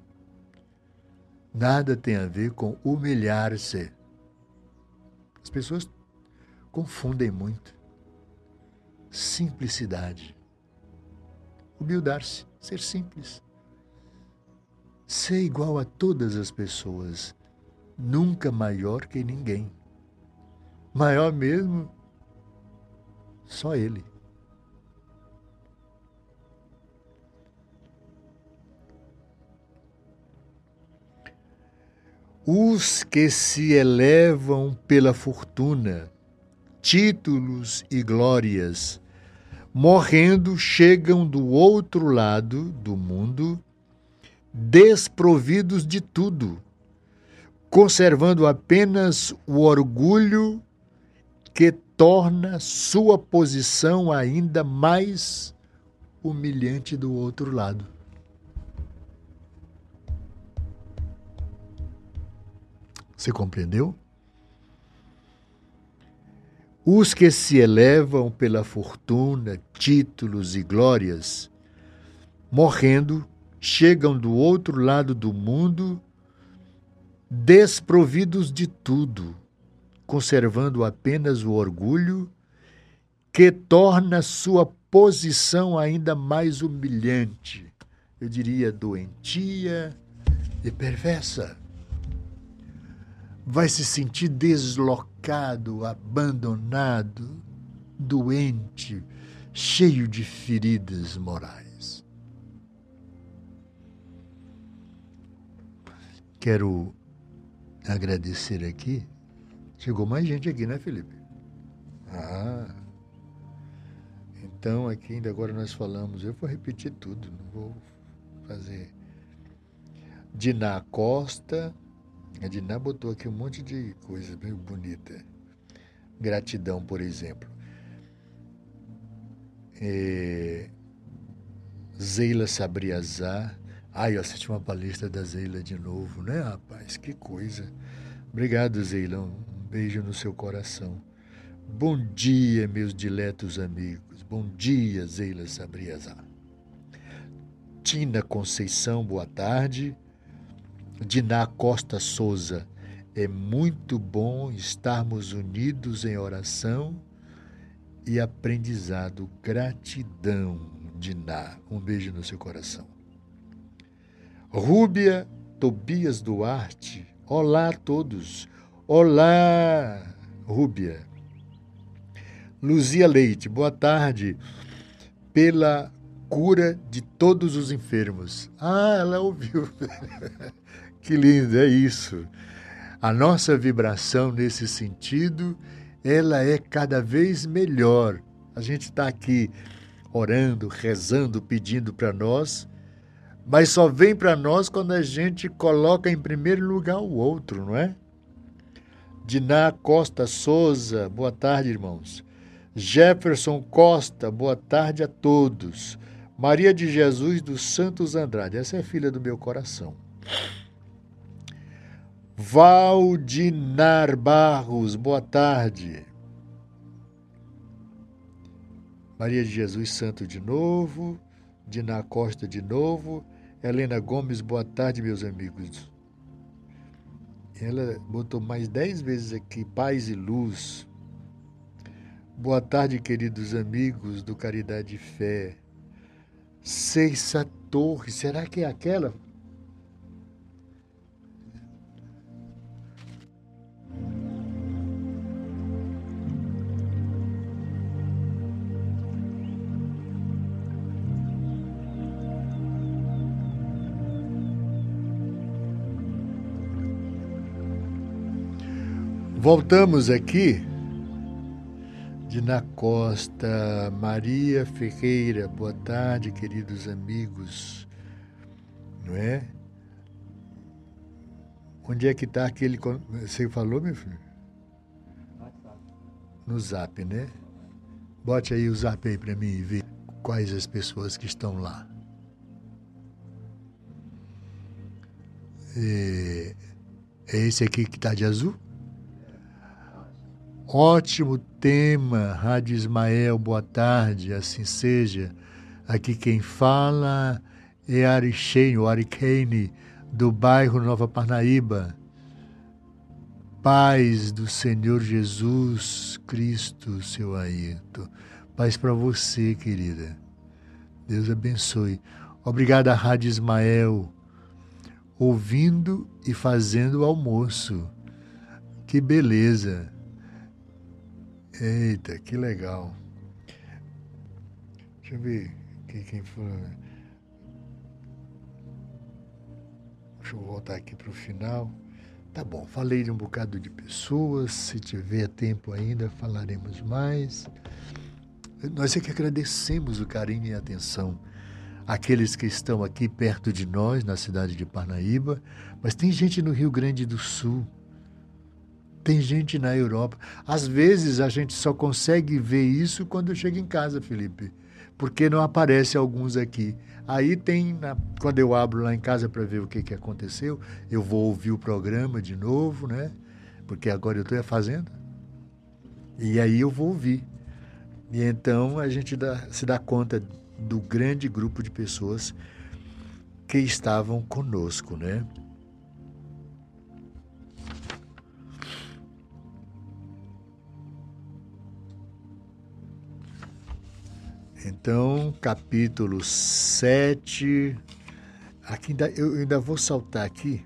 Nada tem a ver com humilhar-se. As pessoas confundem muito. Simplicidade. Humildar-se, ser simples. Ser igual a todas as pessoas, nunca maior que ninguém. Maior mesmo, só ele. Os que se elevam pela fortuna, títulos e glórias, morrendo, chegam do outro lado do mundo, desprovidos de tudo, conservando apenas o orgulho que torna sua posição ainda mais humilhante do outro lado. Você compreendeu? Os que se elevam pela fortuna, títulos e glórias, morrendo, chegam do outro lado do mundo desprovidos de tudo, conservando apenas o orgulho que torna sua posição ainda mais humilhante, eu diria doentia e perversa. Vai se sentir deslocado, abandonado, doente, cheio de feridas morais. Quero agradecer aqui. Chegou mais gente aqui, né, Felipe? Então aqui ainda agora nós falamos, eu vou repetir tudo, não vou fazer. Diná Costa, a Diná botou aqui um monte de coisa bem bonita. Gratidão, por exemplo. Zeila Sabriazar. Eu assisti uma palestra da Zeila de novo, né, rapaz? Que coisa. Obrigado, Zeila. Um beijo no seu coração. Bom dia, meus diletos amigos. Bom dia, Zeila Sabriazar. Tina Conceição, boa tarde. Diná Costa Souza, é muito bom estarmos unidos em oração e aprendizado. Gratidão, Diná. Um beijo no seu coração. Rúbia Tobias Duarte, olá a todos. Olá, Rúbia. Luzia Leite, boa tarde. Pela cura de todos os enfermos. Ela ouviu. Que lindo, é isso. A nossa vibração nesse sentido, ela é cada vez melhor. A gente está aqui orando, rezando, pedindo para nós, mas só vem para nós quando a gente coloca em primeiro lugar o outro, não é? Diná Costa Souza, boa tarde, irmãos. Jefferson Costa, boa tarde a todos. Maria de Jesus dos Santos Andrade, essa é filha do meu coração. Valdinar Barros, boa tarde. Maria de Jesus Santo de novo. Diná Costa de novo. Helena Gomes, boa tarde, meus amigos. Ela botou mais 10 vezes aqui, paz e luz. Boa tarde, queridos amigos do Caridade e Fé. Ceissa Torres, será que é aquela? Voltamos aqui. Diná Costa, Maria Ferreira, boa tarde, queridos amigos. Não é? Onde é que está aquele... Você falou, meu filho? No Zap, né? Bote aí o Zap aí para mim e vê quais as pessoas que estão lá. É esse aqui que está de azul? Ótimo tema, Rádio Ismael, boa tarde, assim seja. Aqui quem fala é Aricane, do bairro Nova Parnaíba. Paz do Senhor Jesus Cristo, seu Ayrton. Paz para você, querida. Deus abençoe. Obrigado à Rádio Ismael, ouvindo e fazendo o almoço. Que beleza. Eita, que legal. Deixa eu ver quem foi. Deixa eu voltar aqui para o final. Tá bom, falei de um bocado de pessoas. Se tiver tempo ainda, falaremos mais. Nós é que agradecemos o carinho e a atenção àqueles que estão aqui perto de nós, na cidade de Parnaíba. Mas tem gente no Rio Grande do Sul. Tem gente na Europa. Às vezes a gente só consegue ver isso quando chega em casa, Felipe, porque não aparece alguns aqui. Aí tem, quando eu abro lá em casa para ver o que aconteceu, eu vou ouvir o programa de novo, né? Porque agora eu estou fazendo. E aí eu vou ouvir. E então a gente se dá conta do grande grupo de pessoas que estavam conosco, né? Então, capítulo 7. Aqui eu ainda vou saltar aqui.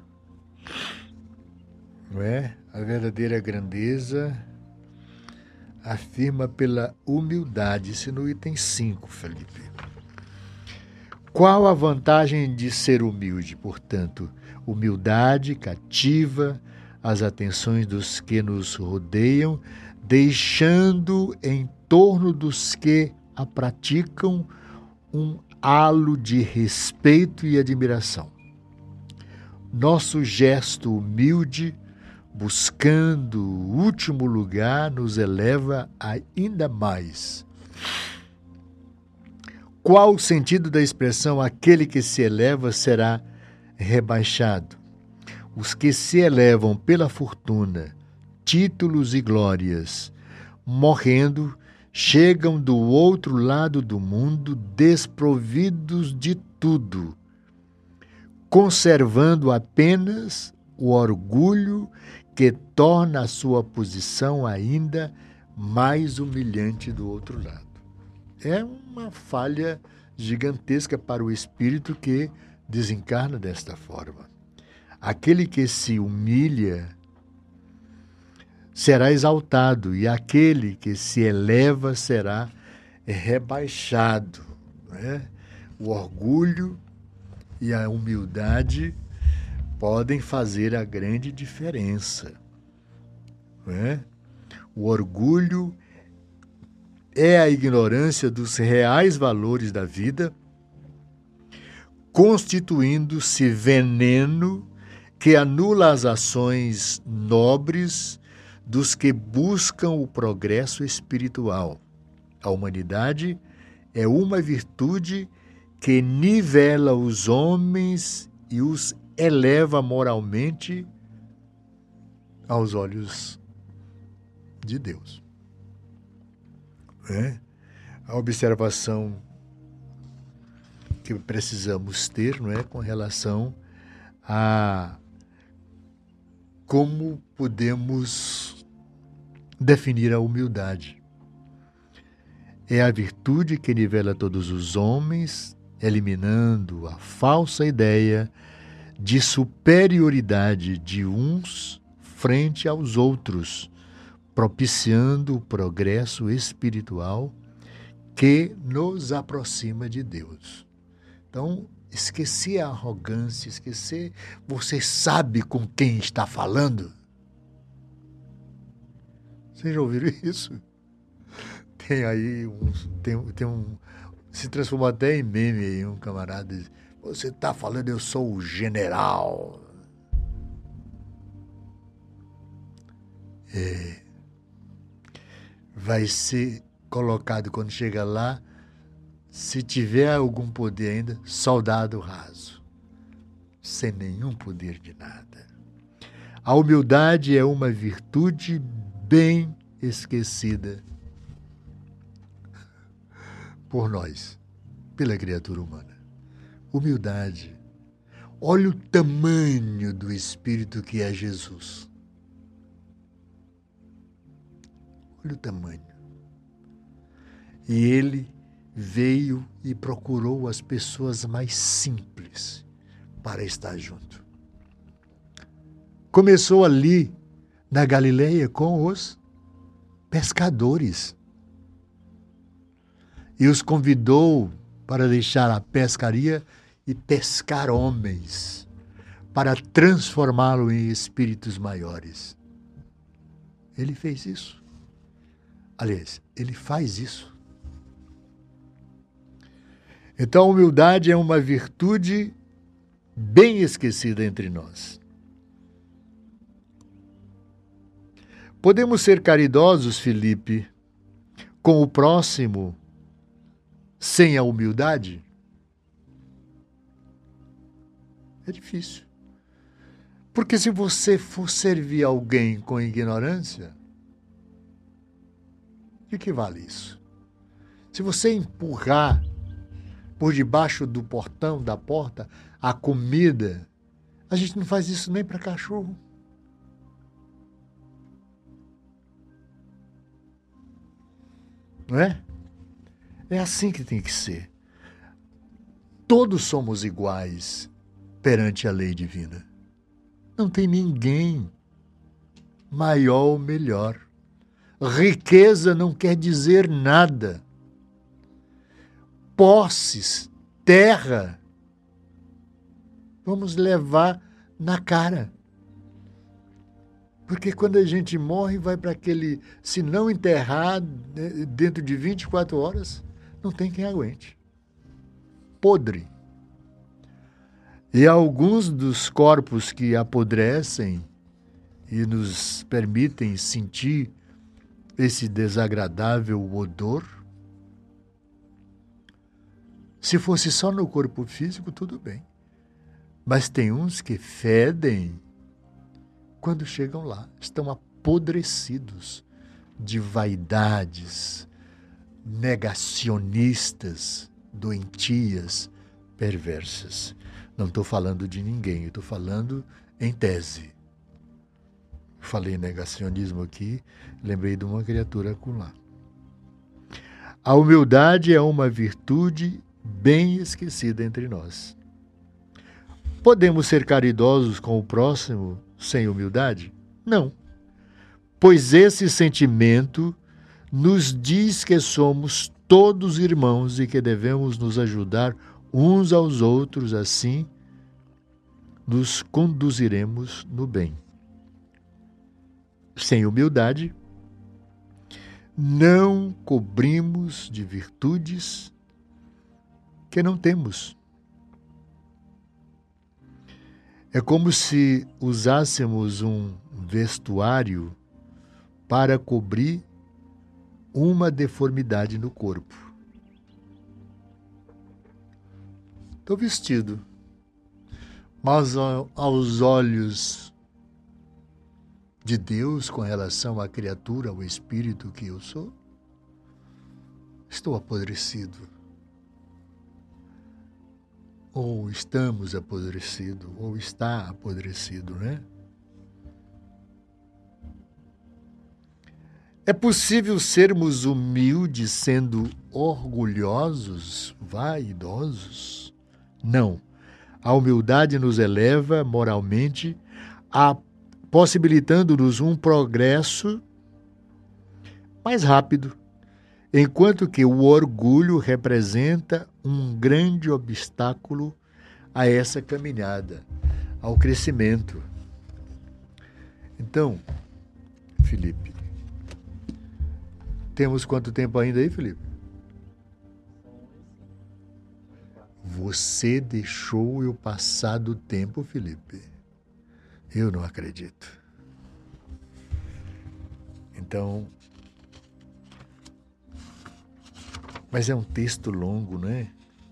Não é? A verdadeira grandeza afirma pela humildade. Isso no item 5, Felipe. Qual a vantagem de ser humilde? Portanto, humildade cativa as atenções dos que nos rodeiam, deixando em torno dos que a praticam um halo de respeito e admiração. Nosso gesto humilde, buscando o último lugar, nos eleva ainda mais. Qual o sentido da expressão aquele que se eleva será rebaixado? Os que se elevam pela fortuna, títulos e glórias, morrendo, chegam do outro lado do mundo desprovidos de tudo, conservando apenas o orgulho que torna a sua posição ainda mais humilhante do outro lado. É uma falha gigantesca para o espírito que desencarna desta forma. Aquele que se humilha será exaltado, e aquele que se eleva será rebaixado. Né? O orgulho e a humildade podem fazer a grande diferença. Né? O orgulho é a ignorância dos reais valores da vida, constituindo-se veneno que anula as ações nobres dos que buscam o progresso espiritual. A humanidade é uma virtude que nivela os homens e os eleva moralmente aos olhos de Deus. A observação que precisamos ter, não é, com relação a como podemos definir a humildade. É a virtude que nivela todos os homens, eliminando a falsa ideia de superioridade de uns frente aos outros, propiciando o progresso espiritual que nos aproxima de Deus. Então, esquecer a arrogância, esquecer, você sabe com quem está falando? Vocês já ouviram isso? Tem aí se transformou até em meme aí, um camarada diz, você está falando, eu sou o general. Vai ser colocado quando chega lá, se tiver algum poder ainda, soldado raso, sem nenhum poder de nada. A humildade é uma virtude bem esquecida por nós, pela criatura humana. Humildade. Olha o tamanho do Espírito que é Jesus. Olha o tamanho. E ele veio e procurou as pessoas mais simples para estar junto. Começou ali, na Galileia, com os pescadores. E os convidou para deixar a pescaria e pescar homens, para transformá-lo em espíritos maiores. Ele fez isso. Aliás, ele faz isso. Então, a humildade é uma virtude bem esquecida entre nós. Podemos ser caridosos, Felipe, com o próximo sem a humildade? É difícil. Porque se você for servir alguém com ignorância, de que vale isso? Se você empurrar por debaixo do portão, da porta, a comida, a gente não faz isso nem para cachorro. Não é? É assim que tem que ser. Todos somos iguais perante a lei divina. Não tem ninguém maior ou melhor. Riqueza não quer dizer nada. Posses, terra, vamos levar na cara. Porque quando a gente morre, vai para aquele, se não enterrar dentro de 24 horas, não tem quem aguente. Podre. E alguns dos corpos que apodrecem e nos permitem sentir esse desagradável odor, se fosse só no corpo físico, tudo bem. Mas tem uns que fedem quando chegam lá. Estão apodrecidos de vaidades, negacionistas, doentias, perversas. Não estou falando de ninguém, eu estou falando em tese. Falei negacionismo aqui, lembrei de uma criatura acolá. A humildade é uma virtude bem esquecida entre nós. Podemos ser caridosos com o próximo sem humildade? Não. Pois esse sentimento nos diz que somos todos irmãos e que devemos nos ajudar uns aos outros, assim nos conduziremos no bem. Sem humildade, não cobrimos de virtudes que não temos. É como se usássemos um vestuário para cobrir uma deformidade no corpo. Estou vestido, mas aos olhos de Deus, com relação à criatura, ao espírito que eu sou, estou apodrecido. Ou estamos apodrecidos, ou está apodrecido, né? É possível sermos humildes sendo orgulhosos, vaidosos? Não. A humildade nos eleva moralmente, possibilitando-nos um progresso mais rápido, enquanto que o orgulho representa um grande obstáculo a essa caminhada, ao crescimento. Então, Felipe, temos quanto tempo ainda aí, Felipe? Você deixou eu passar do tempo, Felipe. Eu não acredito. Então, mas é um texto longo, né?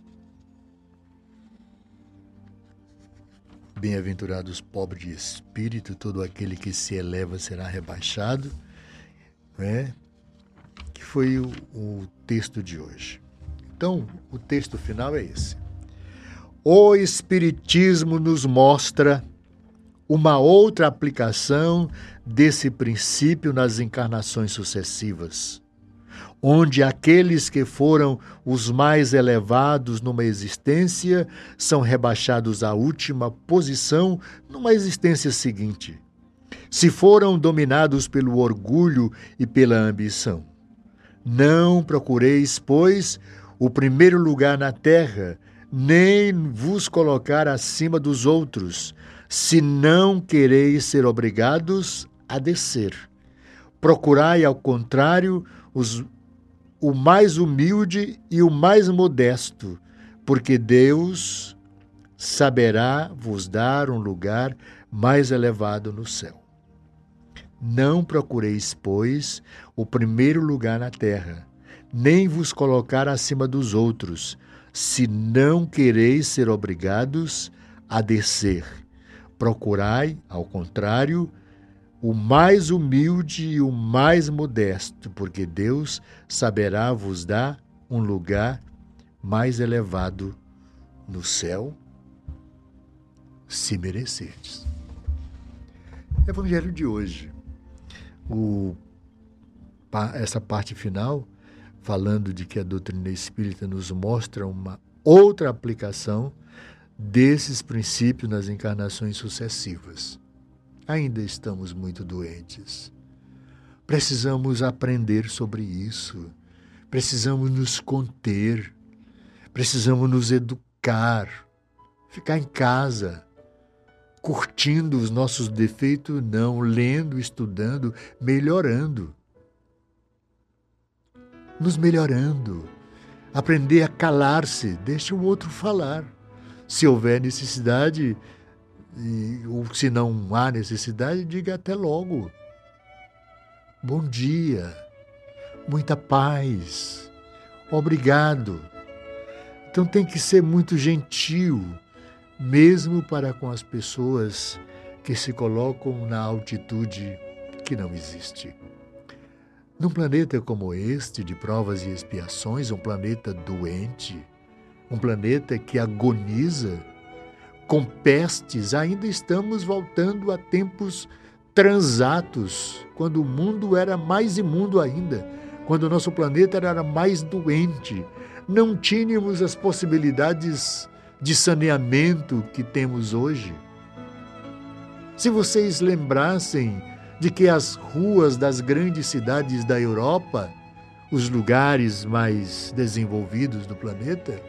Bem-aventurados os pobres de espírito, todo aquele que se eleva será rebaixado, né? Que foi o texto de hoje. Então, o texto final é esse. O Espiritismo nos mostra uma outra aplicação desse princípio nas encarnações sucessivas, onde aqueles que foram os mais elevados numa existência são rebaixados à última posição numa existência seguinte, se foram dominados pelo orgulho e pela ambição. Não procureis, pois, o primeiro lugar na terra, nem vos colocar acima dos outros, se não quereis ser obrigados a descer. Procurai, ao contrário, o mais humilde e o mais modesto, porque Deus saberá vos dar um lugar mais elevado no céu. Não procureis, pois, o primeiro lugar na terra, nem vos colocar acima dos outros, se não quereis ser obrigados a descer. Procurai, ao contrário, o mais humilde e o mais modesto, porque Deus saberá vos dar um lugar mais elevado no céu, se merecerdes. Evangelho de hoje. Essa parte final, falando de que a doutrina espírita nos mostra uma outra aplicação desses princípios nas encarnações sucessivas. Ainda estamos muito doentes. Precisamos aprender sobre isso. Precisamos nos conter. Precisamos nos educar. Ficar em casa, curtindo os nossos defeitos, não, lendo, estudando, melhorando. Nos melhorando. Aprender a calar-se, deixa o outro falar. Se houver necessidade, ou se não há necessidade, diga até logo. Bom dia, muita paz, obrigado. Então tem que ser muito gentil, mesmo para com as pessoas que se colocam na altitude que não existe. Num planeta como este, de provas e expiações, um planeta doente, um planeta que agoniza, com pestes, ainda estamos voltando a tempos transatos, quando o mundo era mais imundo ainda, quando o nosso planeta era mais doente. Não tínhamos as possibilidades de saneamento que temos hoje. Se vocês lembrassem de que as ruas das grandes cidades da Europa, os lugares mais desenvolvidos do planeta,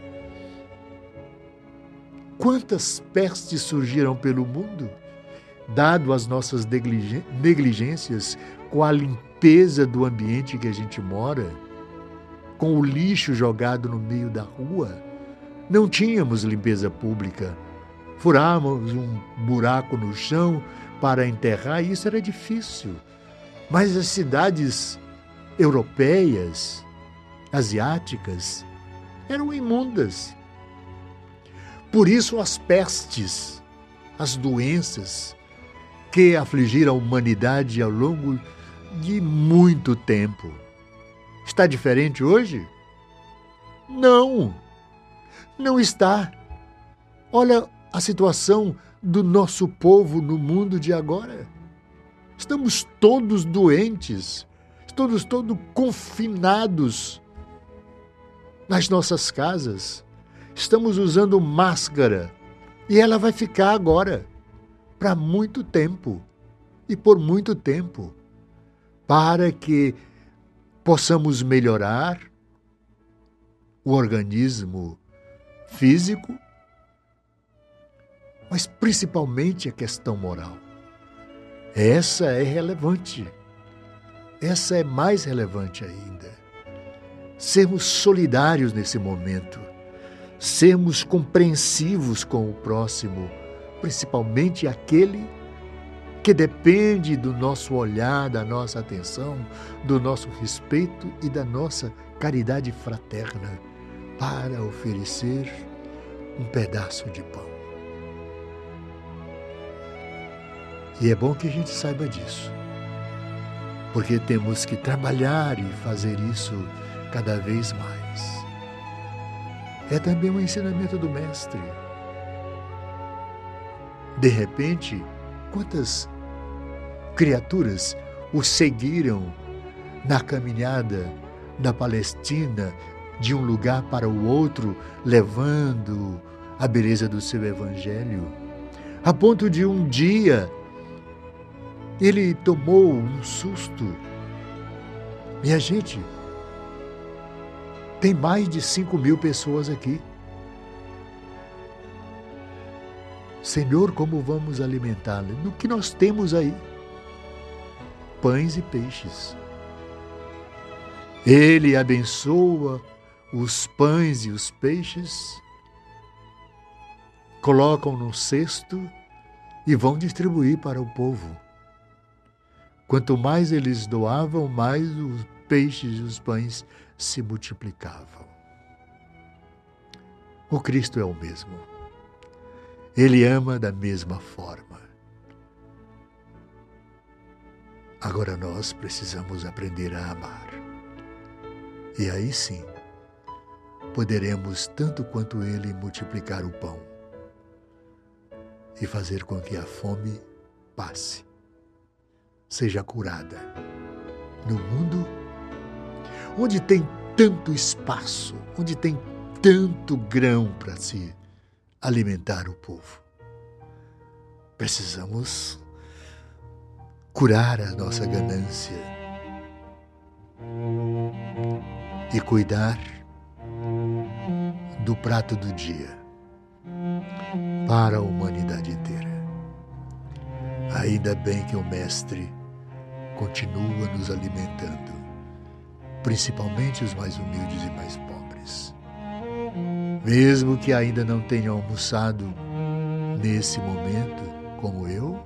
quantas pestes surgiram pelo mundo, dado as nossas negligências com a limpeza do ambiente que a gente mora, com o lixo jogado no meio da rua. Não tínhamos limpeza pública. Furávamos um buraco no chão para enterrar, e isso era difícil. Mas as cidades europeias, asiáticas, eram imundas. Por isso as pestes, as doenças que afligiram a humanidade ao longo de muito tempo. Está diferente hoje? Não, não está. Olha a situação do nosso povo no mundo de agora. Estamos todos doentes, todos confinados nas nossas casas. Estamos usando máscara e ela vai ficar agora para muito tempo e por muito tempo, para que possamos melhorar o organismo físico, mas principalmente a questão moral. Essa é relevante. Essa é mais relevante ainda. Sermos solidários nesse momento, sermos compreensivos com o próximo, principalmente aquele que depende do nosso olhar, da nossa atenção, do nosso respeito e da nossa caridade fraterna, para oferecer um pedaço de pão. E é bom que a gente saiba disso, porque temos que trabalhar e fazer isso cada vez mais. É também um ensinamento do Mestre. De repente, quantas criaturas o seguiram na caminhada da Palestina, de um lugar para o outro, levando a beleza do seu evangelho, a ponto de um dia ele tomou um susto. Minha gente, tem mais de 5.000 pessoas aqui. Senhor, como vamos alimentá-las? No que nós temos aí? Pães e peixes. Ele abençoa os pães e os peixes, colocam no cesto e vão distribuir para o povo. Quanto mais eles doavam, mais os peixes e os pães se multiplicavam. O Cristo é o mesmo. Ele ama da mesma forma. Agora nós precisamos aprender a amar. E aí sim, poderemos, tanto quanto Ele, multiplicar o pão e fazer com que a fome passe, seja curada no mundo onde tem tanto espaço, onde tem tanto grão para se alimentar o povo. Precisamos curar a nossa ganância e cuidar do prato do dia para a humanidade inteira. Ainda bem que o Mestre continua nos alimentando, principalmente os mais humildes e mais pobres. Mesmo que ainda não tenham almoçado nesse momento, como eu,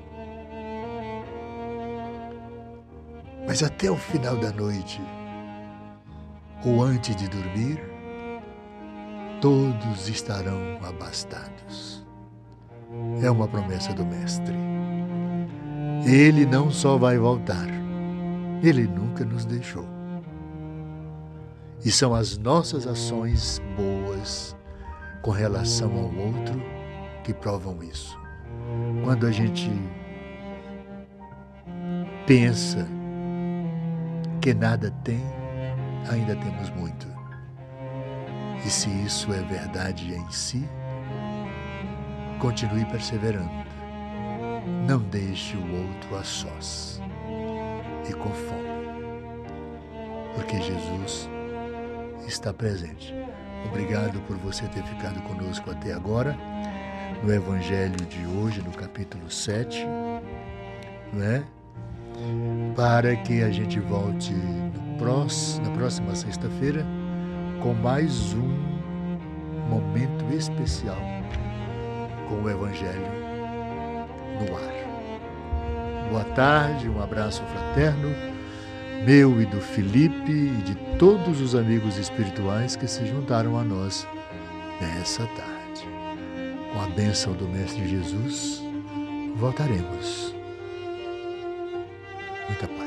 mas até o final da noite, ou antes de dormir, todos estarão abastados. É uma promessa do Mestre. Ele não só vai voltar, Ele nunca nos deixou. E são as nossas ações boas com relação ao outro que provam isso. Quando a gente pensa que nada tem, ainda temos muito. E se isso é verdade em si, continue perseverando. Não deixe o outro a sós e com fome, porque Jesus está presente. Obrigado por você ter ficado conosco até agora, no Evangelho de hoje, no capítulo 7, não é? Para que a gente volte na próxima sexta-feira com mais um momento especial com o Evangelho no ar. Boa tarde, um abraço fraterno, meu e do Felipe e de todos os amigos espirituais que se juntaram a nós nessa tarde. Com a bênção do Mestre Jesus, voltaremos. Muita paz.